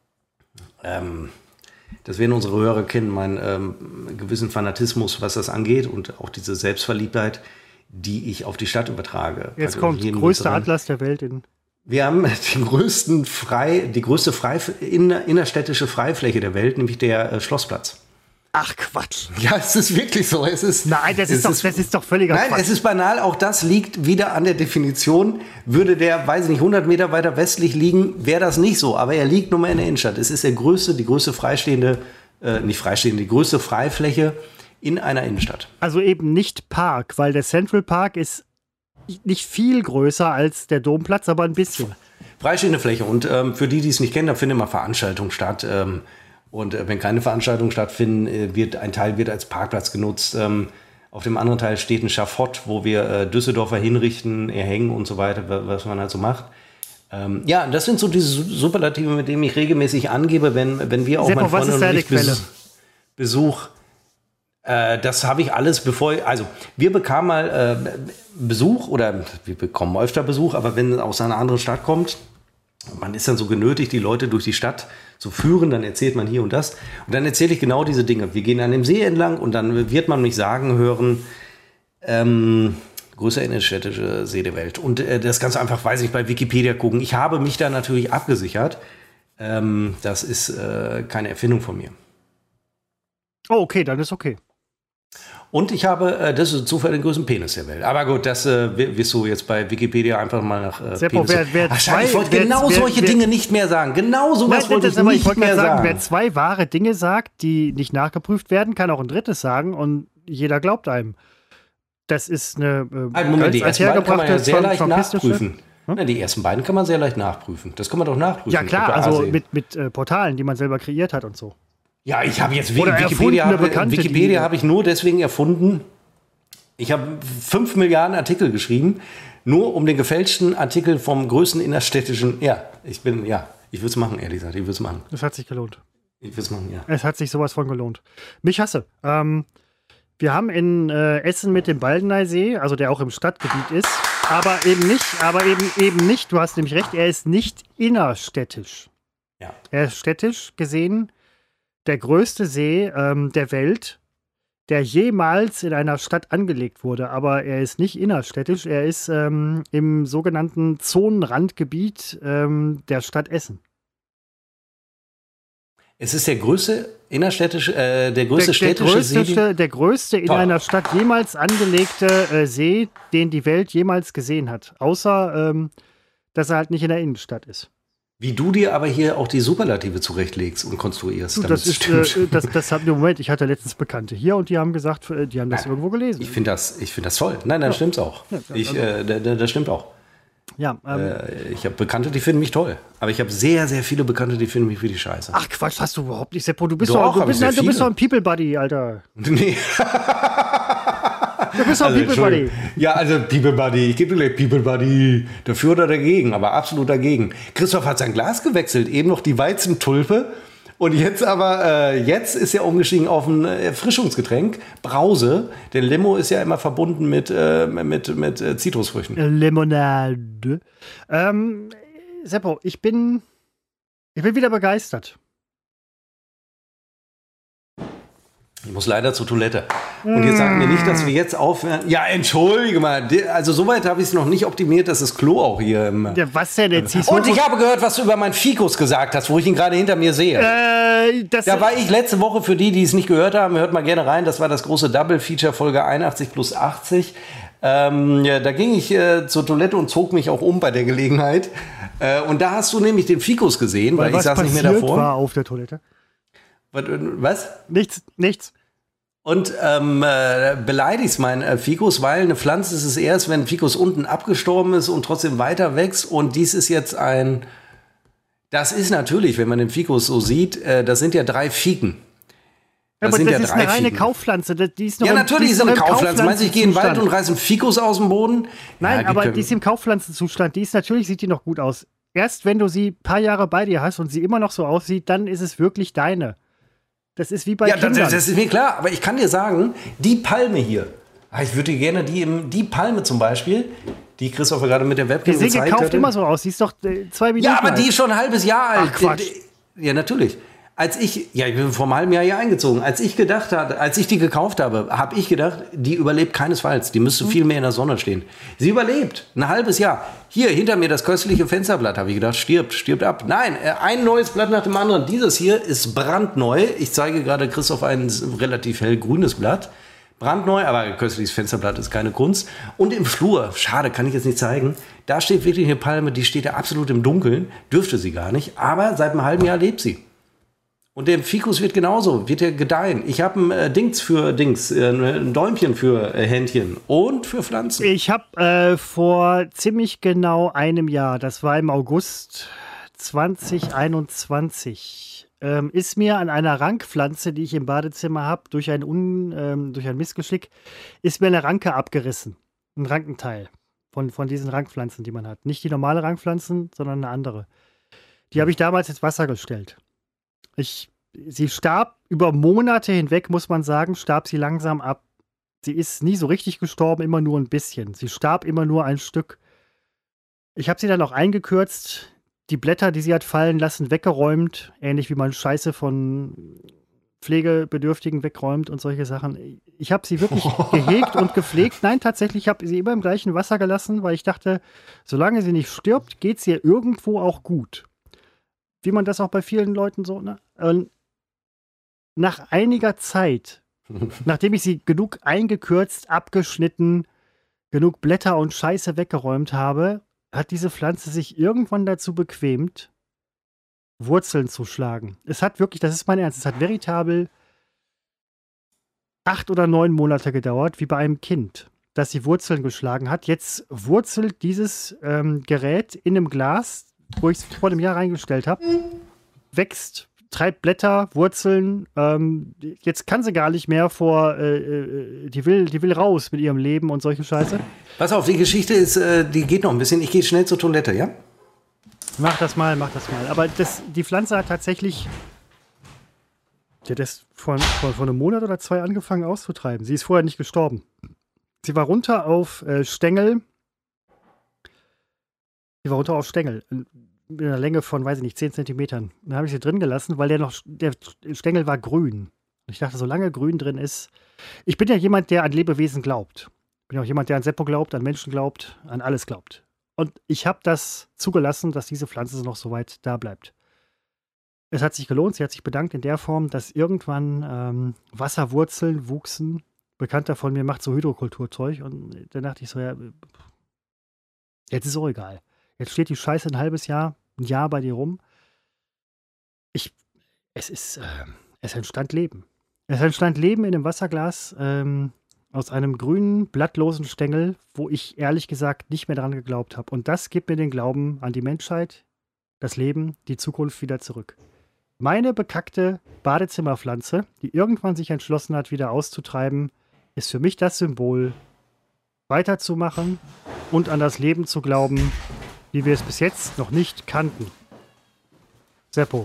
Ähm, das werden unsere Hörer kennen, meinen ähm, gewissen Fanatismus, was das angeht und auch diese Selbstverliebtheit, die ich auf die Stadt übertrage. Jetzt kommt der größte Atlas der Welt in. Wir haben den größten Frei, die größte Frei, inner, innerstädtische Freifläche der Welt, nämlich der äh, Schlossplatz. Ach Quatsch. Ja, es ist wirklich so. Es ist, Nein, das ist, doch, ist, das ist doch völliger nein, Quatsch. Nein, es ist banal. Auch das liegt wieder an der Definition. Würde der, weiß ich nicht, hundert Meter weiter westlich liegen, wäre das nicht so. Aber er liegt nun mal in der Innenstadt. Es ist der größte, die größte freistehende, äh, nicht freistehende, die größte Freifläche in einer Innenstadt. Also eben nicht Park, weil der Central Park ist nicht viel größer als der Domplatz, aber ein bisschen. Freistehende Fläche. Und ähm, für die, die es nicht kennen, da finden immer Veranstaltungen statt. Ähm, und äh, wenn keine Veranstaltungen stattfinden, äh, wird ein Teil wird als Parkplatz genutzt. Ähm, auf dem anderen Teil steht ein Schafott, wo wir äh, Düsseldorfer hinrichten, erhängen und so weiter, was man halt so macht. Ähm, ja, das sind so diese Superlative, mit denen ich regelmäßig angebe, wenn, wenn wir auch Seppo, mein Freund und ich Quelle? Besuch. Äh, das habe ich alles, bevor ich, also wir bekamen mal äh, Besuch oder wir bekommen öfter Besuch, aber wenn es aus einer anderen Stadt kommt, man ist dann so genötigt, die Leute durch die Stadt zu führen, dann erzählt man hier und das. Und dann erzähle ich genau diese Dinge. Wir gehen an dem See entlang und dann wird man mich sagen hören, ähm, größter innerstädtische See der Welt. Und äh, das Ganze einfach, weiß ich, bei Wikipedia gucken. Ich habe mich da natürlich abgesichert. Ähm, das ist äh, keine Erfindung von mir. Oh, okay, dann ist okay. Und ich habe, äh, das ist zufällig den größten Penis der Welt. Aber gut, das äh, wirst du jetzt bei Wikipedia einfach mal nach äh, Seppo, Penis. wer, wer Ach, zwei, ich wollte wer, genau wer, solche wer, Dinge nicht mehr sagen. Genau sowas Nein, wollte das, ich aber nicht ich wollte mehr gerade sagen, sagen. wer zwei wahre Dinge sagt, die nicht nachgeprüft werden, kann auch ein drittes sagen und jeder glaubt einem. Das ist eine äh, Ein Moment, die ersten beiden kann man ja sehr leicht trumpistische- nachprüfen. Hm? Ja, die ersten beiden kann man sehr leicht nachprüfen. Das kann man doch nachprüfen. Ja klar, Ob der also A S E mit, mit äh, Portalen, die man selber kreiert hat und so. Ja, ich habe jetzt Oder Wikipedia, erfundene habe, Bekannte, Wikipedia die- habe ich nur deswegen erfunden. Ich habe fünf Milliarden Artikel geschrieben, nur um den gefälschten Artikel vom größten innerstädtischen. Ja, ich bin, ja, ich würde es machen, ehrlich gesagt, ich würde es machen. Das hat sich gelohnt. Ich würde es machen, ja. Es hat sich sowas von gelohnt. Mich hasse. Ähm, wir haben in äh, Essen mit dem Baldeneysee, also der auch im Stadtgebiet ist, aber eben nicht, aber eben eben nicht, du hast nämlich recht, er ist nicht innerstädtisch. Ja. Er ist städtisch gesehen der größte See ähm, der Welt, der jemals in einer Stadt angelegt wurde. Aber er ist nicht innerstädtisch, er ist ähm, im sogenannten Zonenrandgebiet ähm, der Stadt Essen. Es ist der größte innerstädtische, äh, der größte Der, der, städtische See. größte, der größte in Toll. einer Stadt jemals angelegte äh, See, den die Welt jemals gesehen hat. Außer, ähm, dass er halt nicht in der Innenstadt ist. Wie du dir aber hier auch die Superlative zurechtlegst und konstruierst. Du, damit das es ist, stimmt. äh, das, das haben, Moment, ich hatte letztens Bekannte hier und die haben gesagt, äh, die haben das Nein. irgendwo gelesen. Ich finde das, ich find das toll. Nein, nein, das stimmt's auch. Ja, ich, also- äh, da- da- das stimmt auch. Ja, ähm, Äh, ich habe Bekannte, die finden mich toll. Aber ich habe sehr, sehr viele Bekannte, die finden mich für die Scheiße. ach Quatsch, hast du überhaupt nicht, Seppo. Du bist Doch, doch, du hab ich bist, sehr nein, du bist viele. doch ein People Buddy, Alter. Nee. Du bist doch ein People Buddy. Entschuldigung. Ja, also People Buddy, ich gebe dir gleich People Buddy. Dafür oder dagegen, aber absolut dagegen. Christoph hat sein Glas gewechselt, eben noch die Weizentulpe. Und jetzt aber, äh, jetzt ist er umgestiegen auf ein Erfrischungsgetränk, Brause. Denn Limo ist ja immer verbunden mit, äh, mit, mit äh, Zitrusfrüchten. Limonade. Ähm, Seppo, ich bin, ich bin wieder begeistert. Ich muss leider zur Toilette. Und jetzt sagen wir nicht, dass wir jetzt aufhören. Ja, entschuldige mal. De- Also soweit habe ich es noch nicht optimiert, dass das Klo auch hier im... Ja, was denn jetzt? Hieß Und ich habe gehört, was du über meinen Fikus gesagt hast, wo ich ihn gerade hinter mir sehe. äh, das, Da war ich letzte Woche, für die, die es nicht gehört haben, hört mal gerne rein, das war das große Double-Feature, Folge einundachtzig plus achtzig. Ähm, ja, da ging ich äh, zur Toilette und zog mich auch um bei der Gelegenheit. Äh, und da hast du nämlich den Fikus gesehen, weil, weil ich saß nicht mehr davor. Was war auf der Toilette? Was? Nichts, nichts. Und ähm, äh, beleidigst meinen äh, Fikus, weil eine Pflanze ist es erst, wenn Fikus unten abgestorben ist und trotzdem weiter wächst. Und dies ist jetzt ein, das ist natürlich, wenn man den Fikus so sieht, äh, das sind ja drei Fiken. Das aber sind das ja ist eine reine Fiken. Kaufpflanze. Die ist noch ja, im, natürlich die ist es eine Kaufpflanze. Meinst du, ich gehe in den Wald und reiße einen Fikus aus dem Boden? Nein, ja, aber die ist im Kaufpflanzenzustand. Die ist natürlich, sieht die noch gut aus. Erst wenn du sie ein paar Jahre bei dir hast und sie immer noch so aussieht, dann ist es wirklich deine. Das ist wie bei ja, Kindern. Ja, das, das ist mir klar. Aber ich kann dir sagen, die Palme hier, ich würde dir gerne die, im, die Palme zum Beispiel, die Christopher gerade mit der Webcam gezeigt hat. Die kauft immer so aus. Die ist doch äh, zwei Minuten Ja, aber alt. die ist schon ein halbes Jahr alt. Ach, Quatsch. Ja, natürlich. Als ich, ja, ich bin vor einem halben Jahr hier eingezogen. Als ich gedacht hatte, als ich die gekauft habe, habe ich gedacht, die überlebt keinesfalls. Die müsste viel mehr in der Sonne stehen. Sie überlebt. Ein halbes Jahr. Hier, hinter mir das köstliche Fensterblatt, habe ich gedacht, stirbt, stirbt ab. Nein, ein neues Blatt nach dem anderen. Dieses hier ist brandneu. Ich zeige gerade Christoph ein relativ hellgrünes Blatt. Brandneu, aber köstliches Fensterblatt ist keine Kunst. Und im Flur, schade, kann ich jetzt nicht zeigen, da steht wirklich eine Palme, die steht da absolut im Dunkeln. Dürfte sie gar nicht. Aber seit einem halben Jahr lebt sie. Und der Fikus wird genauso, wird er gedeihen. Ich habe ein äh, Dings für Dings, äh, ein Däumchen für äh, Händchen und für Pflanzen. Ich habe äh, vor ziemlich genau einem Jahr, das war im August zwanzig einundzwanzig, ähm, ist mir an einer Rankpflanze, die ich im Badezimmer habe, durch ein Un, ähm, durch ein Missgeschick, ist mir eine Ranke abgerissen. Ein Rankenteil von, von diesen Rankpflanzen, die man hat. Nicht die normale Rankpflanzen, sondern eine andere. Die habe ich damals ins Wasser gestellt. Ich, sie starb über Monate hinweg, muss man sagen, starb sie langsam ab. Sie ist nie so richtig gestorben, immer nur ein bisschen. Sie starb immer nur ein Stück. Ich habe sie dann auch eingekürzt, die Blätter, die sie hat fallen lassen, weggeräumt, ähnlich wie man Scheiße von Pflegebedürftigen wegräumt und solche Sachen. Ich habe sie wirklich gehegt und gepflegt. Nein, tatsächlich, ich habe sie immer im gleichen Wasser gelassen, weil ich dachte, solange sie nicht stirbt, geht es ihr irgendwo auch gut. Wie man das auch bei vielen Leuten so, ne? Und nach einiger Zeit, nachdem ich sie genug eingekürzt, abgeschnitten, genug Blätter und Scheiße weggeräumt habe, hat diese Pflanze sich irgendwann dazu bequemt, Wurzeln zu schlagen. Es hat wirklich, das ist mein Ernst, es hat veritabel acht oder neun Monate gedauert, wie bei einem Kind, dass sie Wurzeln geschlagen hat. Jetzt wurzelt dieses ähm, Gerät in einem Glas, wo ich es vor einem Jahr reingestellt habe, wächst, treibt Blätter, Wurzeln. Ähm, jetzt kann sie gar nicht mehr vor, äh, äh, die, will, die will raus mit ihrem Leben und solche Scheiße. Pass auf, die Geschichte ist, äh, die geht noch ein bisschen. Ich gehe schnell zur Toilette, ja? Mach das mal, mach das mal. Aber das, die Pflanze hat tatsächlich, die hat das vor, vor, vor einem Monat oder zwei angefangen auszutreiben. Sie ist vorher nicht gestorben. Sie war runter auf äh, Stängel. Sie war runter auf Stängel. In einer Länge von, weiß ich nicht, zehn Zentimetern. Dann habe ich sie drin gelassen, weil der noch, der Stängel war grün. Ich dachte, solange grün drin ist. Ich bin ja jemand, der an Lebewesen glaubt. Ich bin auch jemand, der an Seppo glaubt, an Menschen glaubt, an alles glaubt. Und ich habe das zugelassen, dass diese Pflanze noch so weit da bleibt. Es hat sich gelohnt, sie hat sich bedankt in der Form, dass irgendwann ähm, Wasserwurzeln wuchsen. Ein Bekannter von mir macht so Hydrokulturzeug. Und dann dachte ich so, ja, jetzt ist auch egal. Jetzt steht die Scheiße ein halbes Jahr, ein Jahr bei dir rum. Ich, es ist, äh, es entstand Leben. Es entstand Leben in einem Wasserglas ähm, aus einem grünen, blattlosen Stängel, wo ich ehrlich gesagt nicht mehr dran geglaubt habe. Und das gibt mir den Glauben an die Menschheit, das Leben, die Zukunft wieder zurück. Meine bekackte Badezimmerpflanze, die irgendwann sich entschlossen hat, wieder auszutreiben, ist für mich das Symbol, weiterzumachen und an das Leben zu glauben, wie wir es bis jetzt noch nicht kannten. Seppo.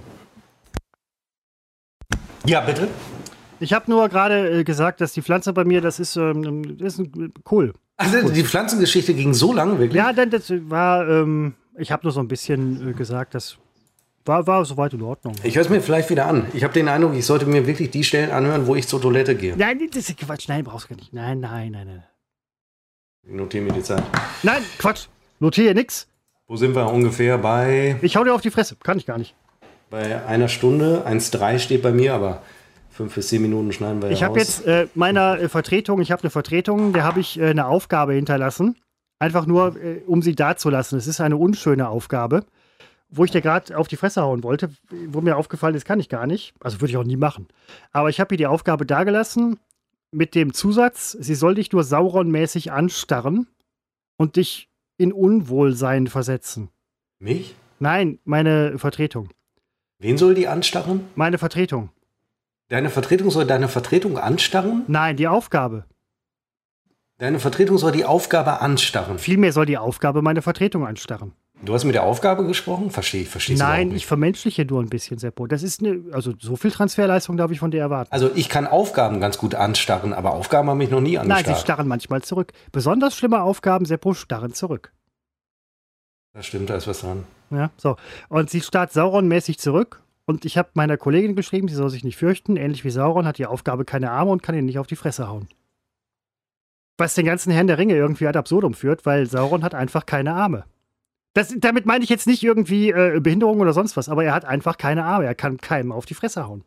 Ja, bitte? Ich habe nur gerade äh, gesagt, dass die Pflanze bei mir, das ist, ähm, das ist ein, cool. Also cool. Die Pflanzengeschichte ging so lang, wirklich? Ja, denn das war, ähm, ich habe nur so ein bisschen äh, gesagt, das war, war soweit in Ordnung. Ich höre es mir vielleicht wieder an. Ich habe den Eindruck, ich sollte mir wirklich die Stellen anhören, wo ich zur Toilette gehe. Nein, das ist Quatsch. Nein, brauchst du gar nicht. Nein, nein, nein, nein. Ich notiere mir die Zeit. Nein, Quatsch. Notiere nix. Wo sind wir ungefähr bei? Ich hau dir auf die Fresse. Kann ich gar nicht. Bei einer Stunde. eins Komma drei steht bei mir, aber Fünf bis zehn Minuten schneiden wir Ich ja habe aus. jetzt äh, meiner äh, Vertretung, ich habe eine Vertretung, der habe ich äh, eine Aufgabe hinterlassen. Einfach nur, äh, um sie dazulassen. Es ist eine unschöne Aufgabe, wo ich dir gerade auf die Fresse hauen wollte, wo mir aufgefallen ist, kann ich gar nicht. Also würde ich auch nie machen. Aber ich habe ihr die Aufgabe dagelassen mit dem Zusatz, sie soll dich nur Sauron-mäßig anstarren und dich in Unwohlsein versetzen. Mich? Nein, meine Vertretung. Wen soll die anstarren? Meine Vertretung. Deine Vertretung soll deine Vertretung anstarren? Nein, die Aufgabe. Deine Vertretung soll die Aufgabe anstarren. Vielmehr soll die Aufgabe meine Vertretung anstarren. Du hast mit der Aufgabe gesprochen? Verstehe ich, verstehe ich Nein, nicht. ich vermenschliche nur ein bisschen, Seppo. Das ist eine, also so viel Transferleistung darf ich von dir erwarten. Also ich kann Aufgaben ganz gut anstarren, aber Aufgaben haben mich noch nie Nein, angestarrt. sie starren manchmal zurück. Besonders schlimme Aufgaben, Seppo, starren zurück. Das stimmt, da ist was dran. Ja, so. Und sie starrt Sauron-mäßig zurück. Und ich habe meiner Kollegin geschrieben, sie soll sich nicht fürchten. Ähnlich wie Sauron hat die Aufgabe keine Arme und kann ihn nicht auf die Fresse hauen. Was den ganzen Herrn der Ringe irgendwie ad absurdum führt, weil Sauron hat einfach keine Arme. Das, damit meine ich jetzt nicht irgendwie äh, Behinderung oder sonst was, aber er hat einfach keine Arme. Er kann keinem auf die Fresse hauen.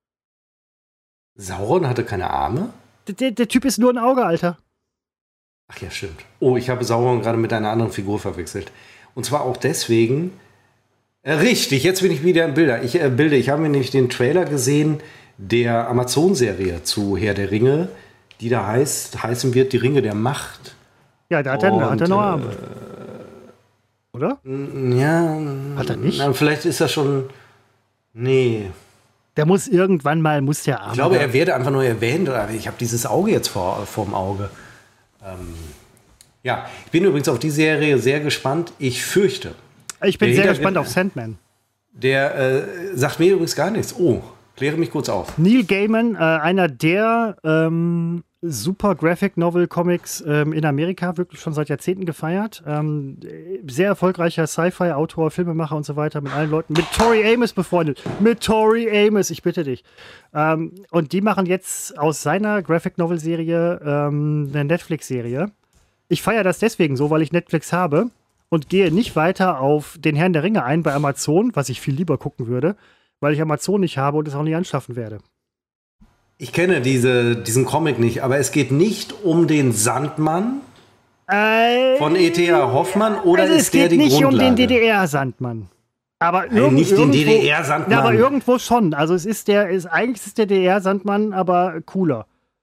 Sauron hatte keine Arme? Der, der, der Typ ist nur ein Auge, Alter. Ach ja, stimmt. Oh, ich habe Sauron gerade mit einer anderen Figur verwechselt. Und zwar auch deswegen. Äh, richtig, jetzt bin ich wieder im Bilder. Ich äh, Bilde. Ich habe mir nämlich den Trailer gesehen der Amazon-Serie zu Herr der Ringe, die da heißt, heißen wird Die Ringe der Macht. Ja, da hat er, da hat er noch Arme. Äh, Oder? Ja. Hat er nicht? Na, vielleicht ist er schon. Nee. Der muss irgendwann mal, muss der Arme. Ich glaube, haben. er werde einfach nur erwähnt. Aber ich habe dieses Auge jetzt vor vorm Auge. Ähm, ja, ich bin übrigens auf die Serie sehr gespannt. Ich fürchte. Ich bin der sehr Hintergrund- gespannt auf Sandman. Der äh, sagt mir übrigens gar nichts. Oh, kläre mich kurz auf. Neil Gaiman, äh, einer der ähm, super Graphic Novel Comics ähm, in Amerika, wirklich schon seit Jahrzehnten gefeiert. Ähm, sehr erfolgreicher Sci-Fi-Autor, Filmemacher und so weiter, mit allen Leuten. Mit Tori Amos befreundet. Mit Tori Amos, ich bitte dich. Ähm, und die machen jetzt aus seiner Graphic Novel Serie ähm, eine Netflix-Serie. Ich feiere das deswegen so, weil ich Netflix habe und gehe nicht weiter auf den Herrn der Ringe ein bei Amazon, was ich viel lieber gucken würde, weil ich Amazon nicht habe und es auch nicht anschaffen werde. Ich kenne diese, diesen Comic nicht, aber es geht nicht um den Sandmann Äh, von E T A Hoffmann oder also ist es der geht die nicht Grundlage? um den D D R-Sandmann. Aber Nein, irg nicht den irgendwo, D D R-Sandmann. Ja, aber irgendwo schon. Also es ist der, ist, eigentlich ist es der D D R-Sandmann, aber cooler.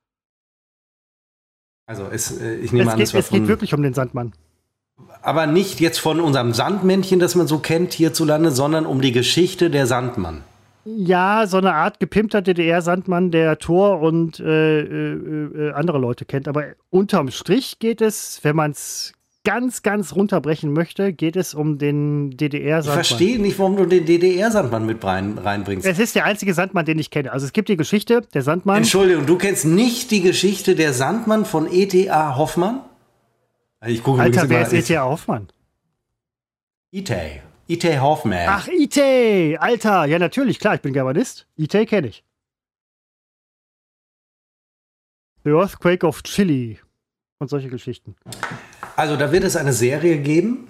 Also es, äh, ich nehme Es, an, geht, es war es geht von, wirklich um den Sandmann. aber nicht jetzt von unserem Sandmännchen, das man so kennt hierzulande, sondern um die Geschichte der Sandmann. Ja, so eine Art gepimpter D D R-Sandmann, der Thor und äh, äh, äh, andere Leute kennt. Aber unterm Strich geht es, wenn man es ganz, ganz runterbrechen möchte, geht es um den D D Ich R-Sandmann. verstehe nicht, warum du den D D R-Sandmann mit rein, reinbringst. Es ist der einzige Sandmann, den ich kenne. Also es gibt die Geschichte, der Sandmann. Entschuldigung, du kennst nicht die Geschichte der Sandmann von E T A Hoffmann? Ich gucke Alter, übrigens wer immer- ist E T A Hoffmann? Itay. Itay Hoffman. Ach, Itay! Alter, ja natürlich, klar, ich bin Germanist. Itay kenne ich. The Earthquake of Chile und solche Geschichten. Also, da wird es eine Serie geben.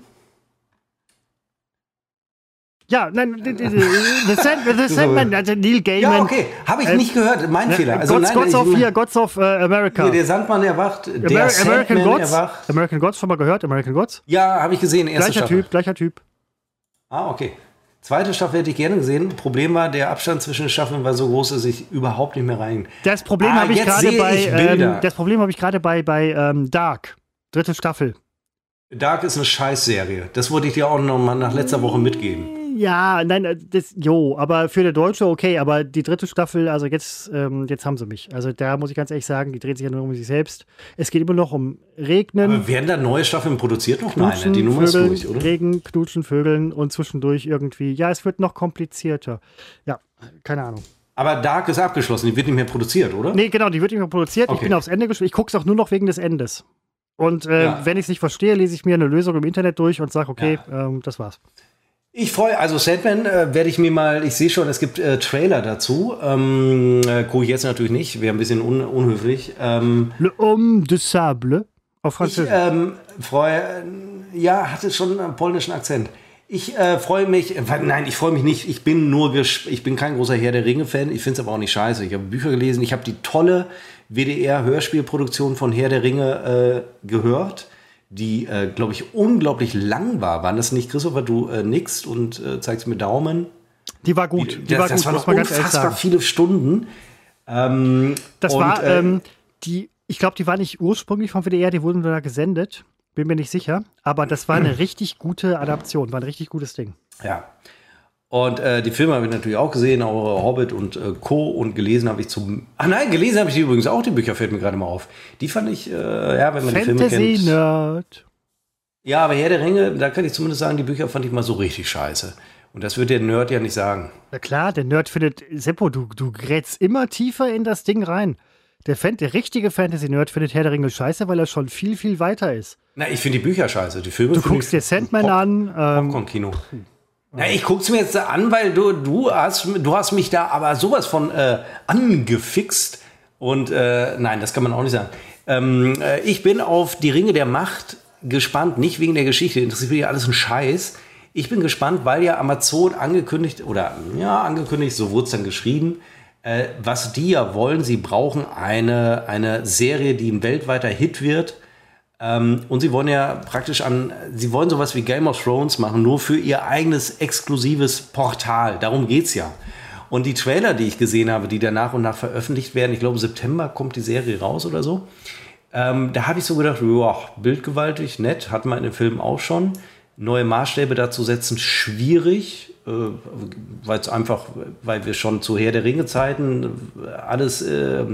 Ja, nein, the, the, the, Sand, the Sandman, also Neil Gaiman. Ja, okay. Habe ich Äh, nicht gehört. Mein Fehler. Also, Gods, nein, Gods ich- of hier, Gods of äh, America. Hier, der Sandmann erwacht. Der Ameri- American Sandman Gods. erwacht. American Gods, schon mal gehört? American Gods? Ja, habe ich gesehen. Erste Gleicher Staffel. Typ, gleicher Typ. Ah, okay. Zweite Staffel hätte ich gerne gesehen. Problem war, der Abstand zwischen den Staffeln war so groß, dass ich überhaupt nicht mehr rein. Das Problem Ah, habe ich jetzt gerade sehe bei, ich Bilder. ähm, das Problem habe ich gerade bei, bei ähm, Dark. Dritte Staffel. Dark ist eine Scheißserie. Das wollte ich dir auch noch mal nach letzter Woche mitgeben. Ja, nein, äh, das, jo, aber für der Deutsche okay, aber die dritte Staffel, also jetzt, ähm, jetzt haben sie mich. Also da muss ich ganz ehrlich sagen, die dreht sich ja nur um sich selbst. Es geht immer noch um Regnen, Aber werden da neue Staffeln produziert? Noch nein, Knutschen, die Nummer ist Vögeln, durch, oder? Regen, Knutschen, Vögeln und zwischendurch irgendwie, ja, es wird noch komplizierter. Ja, keine Ahnung. Aber Dark ist abgeschlossen, die wird nicht mehr produziert, oder? Nee, genau, die wird nicht mehr produziert. Ich Okay. bin aufs Ende gespielt. Ich gucke es auch nur noch wegen des Endes. Und äh, Ja. wenn ich es nicht verstehe, lese ich mir eine Lösung im Internet durch und sage, okay, ähm, das war's. Ich freue, also Sandman äh, werde ich mir mal, ich sehe schon, es gibt äh, Trailer dazu. Ähm, äh, gucke ich jetzt natürlich nicht, wäre ein bisschen un unhöflich. Ähm, Le Homme de Sable auf ich Französisch. ähm, freue, äh, ja, hatte schon einen polnischen Akzent. Ich äh, freue mich, äh, nein, ich freue mich nicht, ich bin nur, ges- ich bin kein großer Herr der Ringe-Fan, ich finde es aber auch nicht scheiße. Ich habe Bücher gelesen, ich habe die tolle W D R-Hörspielproduktion von Herr der Ringe äh, gehört, die, äh, glaube ich, unglaublich lang war. Waren das nicht, Christopher, du äh, nickst und äh, zeigst mir Daumen? Die war gut, die das, war das gut, waren muss man ganz ehrlich unfassbar sagen. viele Stunden. Ähm, Das und, war, äh, ähm, die, ich glaube, die war nicht ursprünglich vom W D R, die wurden da gesendet. Bin mir nicht sicher. Aber das war eine richtig gute Adaption, war ein richtig gutes Ding. Ja. Und äh, die Filme habe ich natürlich auch gesehen, auch Hobbit und äh, Co. Und gelesen habe ich zum. Ach nein, gelesen habe ich die übrigens auch, die Bücher fällt mir gerade mal auf. Die fand ich, äh, ja, wenn man die Filme kennt. Fantasy-Nerd. Ja, aber Herr der Ringe, da kann ich zumindest sagen, die Bücher fand ich mal so richtig scheiße. Und das wird der Nerd ja nicht sagen. Na klar, der Nerd findet, Seppo, du, du grätst immer tiefer in das Ding rein. Der, Fan, der richtige Fantasy-Nerd findet Herr der Ringe scheiße, weil er schon viel, viel weiter ist. Na, ich finde die Bücher scheiße. Die Filme Du finde guckst ich dir Sandman Pop- an. Ähm, Popcorn-Kino. Na, ich guck's mir jetzt an, weil du, du, hast, du hast mich da aber sowas von äh, angefixt. Und äh, nein, das kann man auch nicht sagen. Ähm, äh, ich bin auf die Ringe der Macht gespannt, nicht wegen der Geschichte, interessiert mich ja alles ein Scheiß. Ich bin gespannt, weil ja Amazon angekündigt, oder ja, angekündigt, so wurde es dann geschrieben, äh, was die ja wollen, sie brauchen eine, eine Serie, die ein weltweiter Hit wird. Ähm, und sie wollen ja praktisch an, sie wollen sowas wie Game of Thrones machen, nur für ihr eigenes exklusives Portal. Darum geht's ja. Und die Trailer, die ich gesehen habe, die da nach und nach veröffentlicht werden, ich glaube, September kommt die Serie raus oder so. Ähm, da habe ich so gedacht, ja, bildgewaltig, nett, hat man in den Filmen auch schon. Neue Maßstäbe dazu setzen, schwierig, äh, weil es einfach, weil wir schon zu Herr der Ringe-Zeiten alles äh,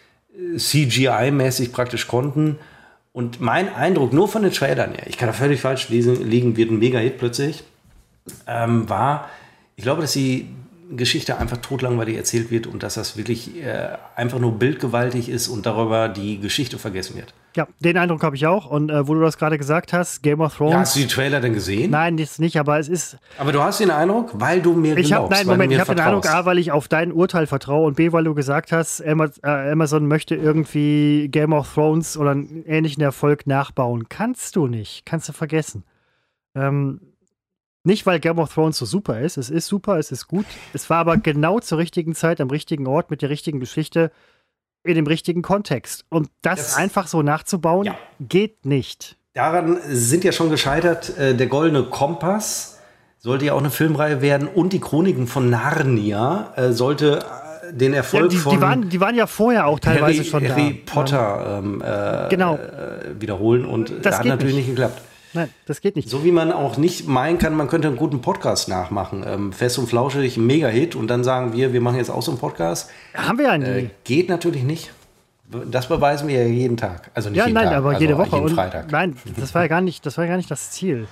C G I-mäßig praktisch konnten. Und mein Eindruck, nur von den Trailern her, ich kann da völlig falsch lesen, liegen, wird ein Mega-Hit plötzlich, ähm, war, ich glaube, dass die Geschichte einfach totlangweilig erzählt wird und dass das wirklich äh, einfach nur bildgewaltig ist und darüber die Geschichte vergessen wird. Ja, den Eindruck habe ich auch. Und äh, wo du das gerade gesagt hast, Game of Thrones. Ja, hast du die Trailer denn gesehen? Nein, das nicht, aber es ist. Aber du hast den Eindruck, weil du mir Ich habe glaubst, nein, weil Moment, du ich mir habe den Eindruck, vertraust. A, weil ich auf dein Urteil vertraue und B, weil du gesagt hast, Ama- äh, Amazon möchte irgendwie Game of Thrones oder einen ähnlichen Erfolg nachbauen. Kannst du nicht. Kannst du vergessen. Ähm, nicht, weil Game of Thrones so super ist. Es ist super, es ist gut. Es war aber genau zur richtigen Zeit, am richtigen Ort, mit der richtigen Geschichte, in dem richtigen Kontext. Und das, Das- einfach so nachzubauen, Ja. geht nicht. Daran sind ja schon gescheitert, äh, der Goldene Kompass sollte ja auch eine Filmreihe werden und die Chroniken von Narnia äh, sollte äh, den Ja, Erfolg die, von die, waren, die waren ja vorher auch teilweise Harry, schon Harry da. Potter ähm, äh, Genau. äh, wiederholen und Das das hat geht natürlich nicht. nicht geklappt. Nein, das geht nicht. So wie man auch nicht meinen kann, man könnte einen guten Podcast nachmachen. Ähm, Fest und Flauschig, ein Mega-Hit und dann sagen wir, wir machen jetzt auch so einen Podcast. Haben wir ja nie. Äh, geht natürlich nicht. Das beweisen wir ja jeden Tag. Also nicht Ja, jeden nein, Tag, aber also jede Woche. jeden Und Freitag. nein, das war ja gar nicht, das war ja gar nicht das Ziel.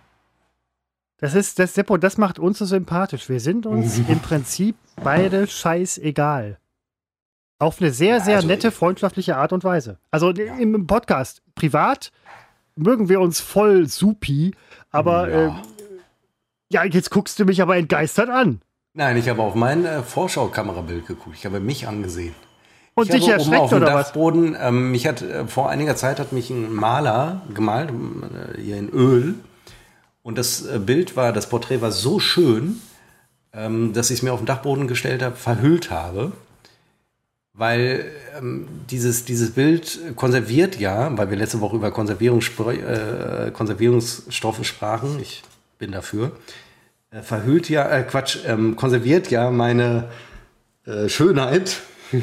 Das ist, das, Seppo, das macht uns so sympathisch. Wir sind uns im Prinzip beide scheißegal. Auf eine sehr, Ja, sehr also nette, ich- freundschaftliche Art und Weise. Also im Podcast. Privat mögen wir uns voll supi, aber Ja. ja. Äh, ja, jetzt guckst du mich aber entgeistert an. Nein, ich habe auf mein äh, Vorschaukamerabild geguckt. Ich habe mich angesehen. Und ich dich habe oben erschreckt auf dem oder was? Dachboden, ähm, mich hat äh, vor einiger Zeit hat mich ein Maler gemalt, äh, hier in Öl. Und das äh, Bild war, das Porträt war so schön, ähm, dass ich es mir auf den Dachboden gestellt habe, verhüllt habe. Weil ähm, dieses, dieses Bild konserviert ja, weil wir letzte Woche über Konservierungsspr äh, Konservierungsstoffe sprachen, ich bin dafür, äh, verhüllt ja, äh, Quatsch, ähm, konserviert ja meine äh, Schönheit.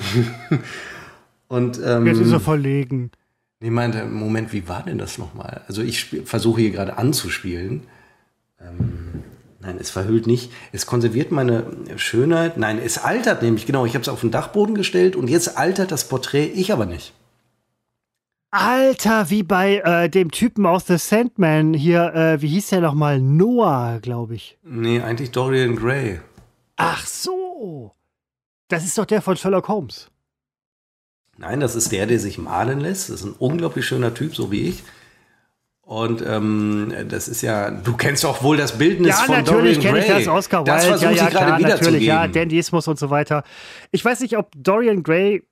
Und ähm, Jetzt ist er verlegen. ich meinte, Moment, wie war denn das nochmal? Also ich spiel- versuche hier gerade anzuspielen. Ähm, nein, es verhüllt nicht. Es konserviert meine Schönheit. Nein, es altert nämlich. Genau, ich habe es auf den Dachboden gestellt und jetzt altert das Porträt, ich aber nicht. Alter, wie bei äh, dem Typen aus The Sandman hier, äh, wie hieß der nochmal? Noah, glaube ich. Nee, eigentlich Dorian Gray. Ach so. Das ist doch der von Sherlock Holmes. Nein, das ist der, der sich malen lässt. Das ist ein unglaublich schöner Typ, so wie ich. Und ähm, das ist ja, du kennst doch wohl das Bildnis Ja, von natürlich Dorian kenne Gray. ich das, Oscar Das Wilde. versuche Ja, ich ja, gerade klar, natürlich, ja, wiederzugeben. Dandyismus und so weiter. Ich weiß nicht, ob Dorian Gray.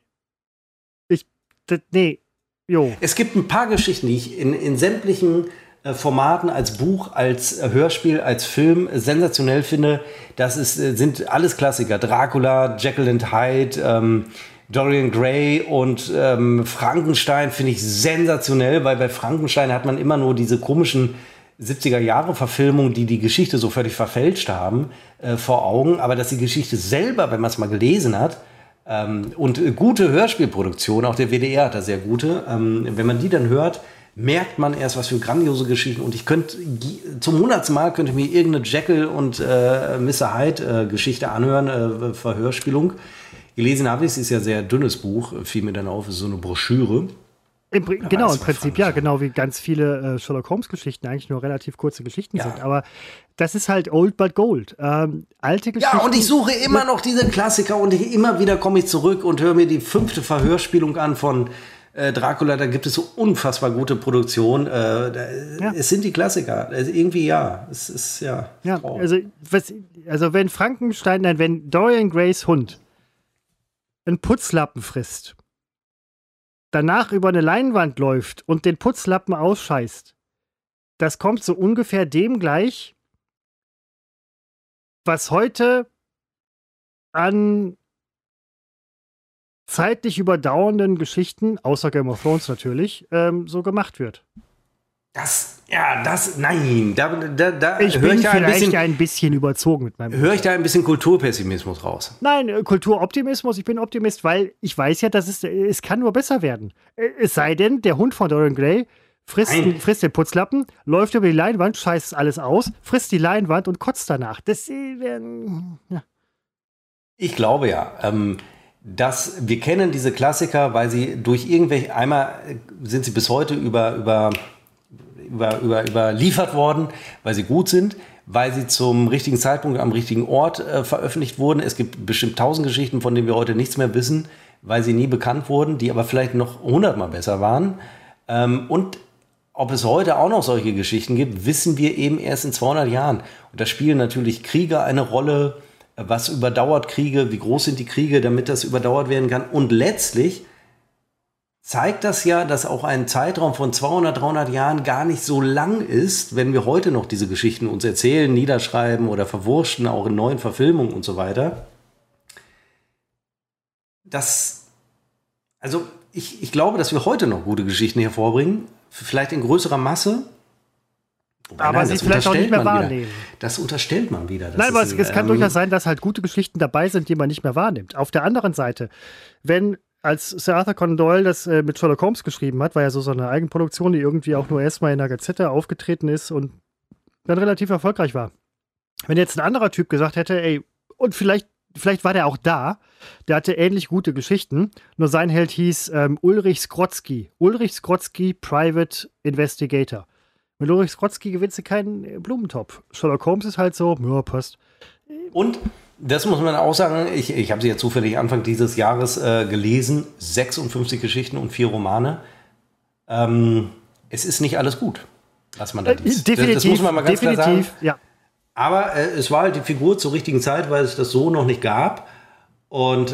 Ich. Das, nee, jo. Es gibt ein paar Geschichten, die ich in, in sämtlichen äh, Formaten, als Buch, als äh, Hörspiel, als Film äh, sensationell finde. Das ist, äh, sind alles Klassiker. Dracula, Jekyll and Hyde, ähm, Dorian Gray und ähm, Frankenstein finde ich sensationell, weil bei Frankenstein hat man immer nur diese komischen siebziger-Jahre-Verfilmungen, die die Geschichte so völlig verfälscht haben, äh, vor Augen. Aber dass die Geschichte selber, wenn man es mal gelesen hat, ähm, und äh, gute Hörspielproduktion, auch der W D R hat da sehr gute, ähm, wenn man die dann hört, merkt man erst, was für grandiose Geschichten. Und ich könnte zum hundertsten Mal könnte ich mir irgendeine Jekyll und äh, Mister Hyde äh, Geschichte anhören, äh, Verhörspielung. Gelesen habe ich es, ist ja ein sehr dünnes Buch, fiel mir dann auf, ist so eine Broschüre. Im, genau, im Prinzip, ja, genau wie ganz viele äh, Sherlock Holmes-Geschichten eigentlich nur relativ kurze Geschichten ja. sind. Aber das ist halt old but gold. Ähm, alte Geschichten. Ja, und ich suche immer noch diese Klassiker und ich, immer wieder komme ich zurück und höre mir die fünfte Verhörspielung an von äh, Dracula. Da gibt es so unfassbar gute Produktion. Äh, da, ja. Es sind die Klassiker. Also irgendwie ja. Es ist ja. Ja, oh. also, was, also wenn Frankenstein, nein, wenn Dorian Grays Hund einen Putzlappen frisst, danach über eine Leinwand läuft und den Putzlappen ausscheißt, das kommt so ungefähr dem gleich, was heute an zeitlich überdauernden Geschichten, außer Game of Thrones natürlich, ähm, so gemacht wird. Das, ja, das, nein, da, da, da ich bin ich da vielleicht ein bisschen, ein bisschen überzogen mit meinem Höre ich da ein bisschen Kulturpessimismus raus? Nein, äh, Kulturoptimismus, ich bin Optimist, weil ich weiß ja, dass es, es kann nur besser werden. Es sei denn, der Hund von Dorian Gray frisst, frisst den Putzlappen, läuft über die Leinwand, scheißt alles aus, frisst die Leinwand und kotzt danach. Das äh, ja. Ich glaube ja, ähm, dass wir kennen diese Klassiker, weil sie durch irgendwelche, einmal sind sie bis heute über, über Über, über, überliefert worden, weil sie gut sind, weil sie zum richtigen Zeitpunkt am richtigen Ort äh, veröffentlicht wurden. Es gibt bestimmt tausend Geschichten, von denen wir heute nichts mehr wissen, weil sie nie bekannt wurden, die aber vielleicht noch hundertmal besser waren. Ähm, und ob es heute auch noch solche Geschichten gibt, wissen wir eben erst in zweihundert Jahren. Und da spielen natürlich Kriege eine Rolle. Was überdauert Kriege? Wie groß sind die Kriege, damit das überdauert werden kann? Und letztlich zeigt das ja, dass auch ein Zeitraum von zweihundert, dreihundert Jahren gar nicht so lang ist, wenn wir heute noch diese Geschichten uns erzählen, niederschreiben oder verwurschten, auch in neuen Verfilmungen und so weiter. Das, also ich, ich glaube, dass wir heute noch gute Geschichten hervorbringen, vielleicht in größerer Masse. Wobei, aber nein, sie vielleicht auch nicht mehr wahrnehmen. Wieder. Das unterstellt man wieder. Das nein, aber es, ein, es kann ähm, durchaus sein, dass halt gute Geschichten dabei sind, die man nicht mehr wahrnimmt. Auf der anderen Seite, wenn als Sir Arthur Conan Doyle das äh, mit Sherlock Holmes geschrieben hat, war ja so so eine Eigenproduktion, die irgendwie auch nur erstmal in der Gazette aufgetreten ist und dann relativ erfolgreich war. Wenn jetzt ein anderer Typ gesagt hätte, ey, und vielleicht, vielleicht war der auch da, der hatte ähnlich gute Geschichten, nur sein Held hieß ähm, Ulrich Skrotzky. Ulrich Skrotzky, Private Investigator. Mit Ulrich Skrotzky gewinnst du keinen Blumentopf. Sherlock Holmes ist halt so, ja, passt. Und das muss man auch sagen, ich, ich habe sie ja zufällig Anfang dieses Jahres äh, gelesen, sechsundfünfzig Geschichten und vier Romane. Ähm, es ist nicht alles gut, was man da liest. Äh, definitiv, das, das muss man mal ganz definitiv, klar sagen. Ja. Aber äh, es war halt die Figur zur richtigen Zeit, weil es das so noch nicht gab. Und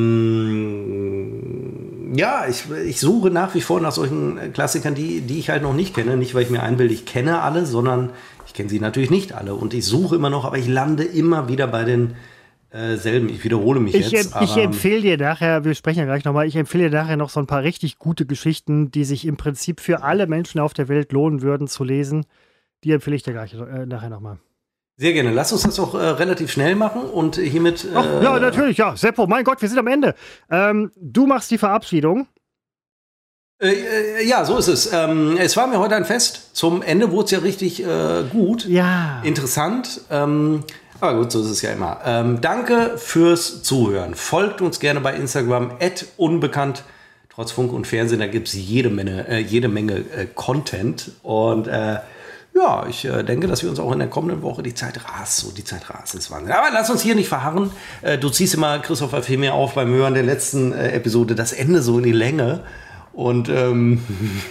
ähm, ja, ich, ich suche nach wie vor nach solchen Klassikern, die, die ich halt noch nicht kenne. Nicht, weil ich mir einbilde, ich kenne alle, sondern ich kenne sie natürlich nicht alle. Und ich suche immer noch, aber ich lande immer wieder bei den äh, selben. Ich wiederhole mich ich, jetzt. Ich empfehle dir nachher, wir sprechen ja gleich nochmal, ich empfehle dir nachher noch so ein paar richtig gute Geschichten, die sich im Prinzip für alle Menschen auf der Welt lohnen würden zu lesen. Die empfehle ich dir gleich äh, nachher nochmal. Sehr gerne. Lass uns das auch äh, relativ schnell machen und hiermit... Äh, Ach, ja, natürlich, ja. Seppo, mein Gott, wir sind am Ende. Ähm, du machst die Verabschiedung. Äh, äh, ja, so ist es. Ähm, es war mir heute ein Fest. Zum Ende wurde es ja richtig äh, gut. Ja. Interessant. Ähm, aber gut, so ist es ja immer. Ähm, danke fürs Zuhören. Folgt uns gerne bei Instagram, at unbekannt, trotz Funk und Fernsehen. Da gibt es jede Menge, äh, jede Menge äh, Content. Und äh, ja, ich äh, denke, dass wir uns auch in der kommenden Woche, die Zeit rast, so die Zeit rast, ist Wahnsinn. Aber lass uns hier nicht verharren. Äh, du ziehst immer, Christopher, fiel mir auf beim Hören der letzten äh, Episode, das Ende so in die Länge. Und ähm,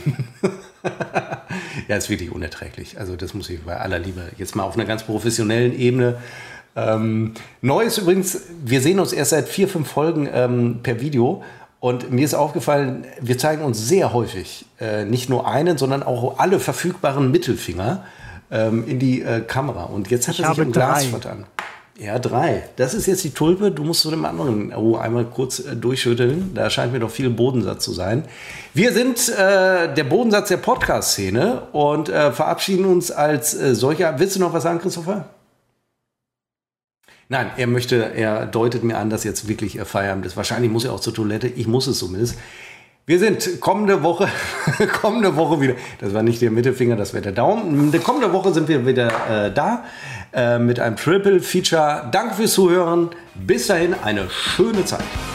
ja, ist wirklich unerträglich. Also das muss ich bei aller Liebe jetzt mal auf einer ganz professionellen Ebene. Ähm, neu ist übrigens, wir sehen uns erst seit vier, fünf Folgen ähm, per Video. Und mir ist aufgefallen, wir zeigen uns sehr häufig äh, nicht nur einen, sondern auch alle verfügbaren Mittelfinger ähm, in die äh, Kamera. Und jetzt hat ich er sich im Glas drei. vertan. Ja, drei. Das ist jetzt die Tulpe. Du musst zu dem anderen oh, einmal kurz äh, durchschütteln. Da scheint mir doch viel Bodensatz zu sein. Wir sind äh, der Bodensatz der Podcast-Szene und äh, verabschieden uns als äh, solcher. Willst du noch was sagen, Christopher? Nein, er möchte, er deutet mir an, dass jetzt wirklich Feierabend ist. Wahrscheinlich muss er auch zur Toilette. Ich muss es zumindest. Wir sind kommende Woche, kommende Woche wieder. Das war nicht der Mittelfinger, das wäre der Daumen. Kommende Woche sind wir wieder äh, da äh, mit einem Triple Feature. Danke fürs Zuhören. Bis dahin eine schöne Zeit.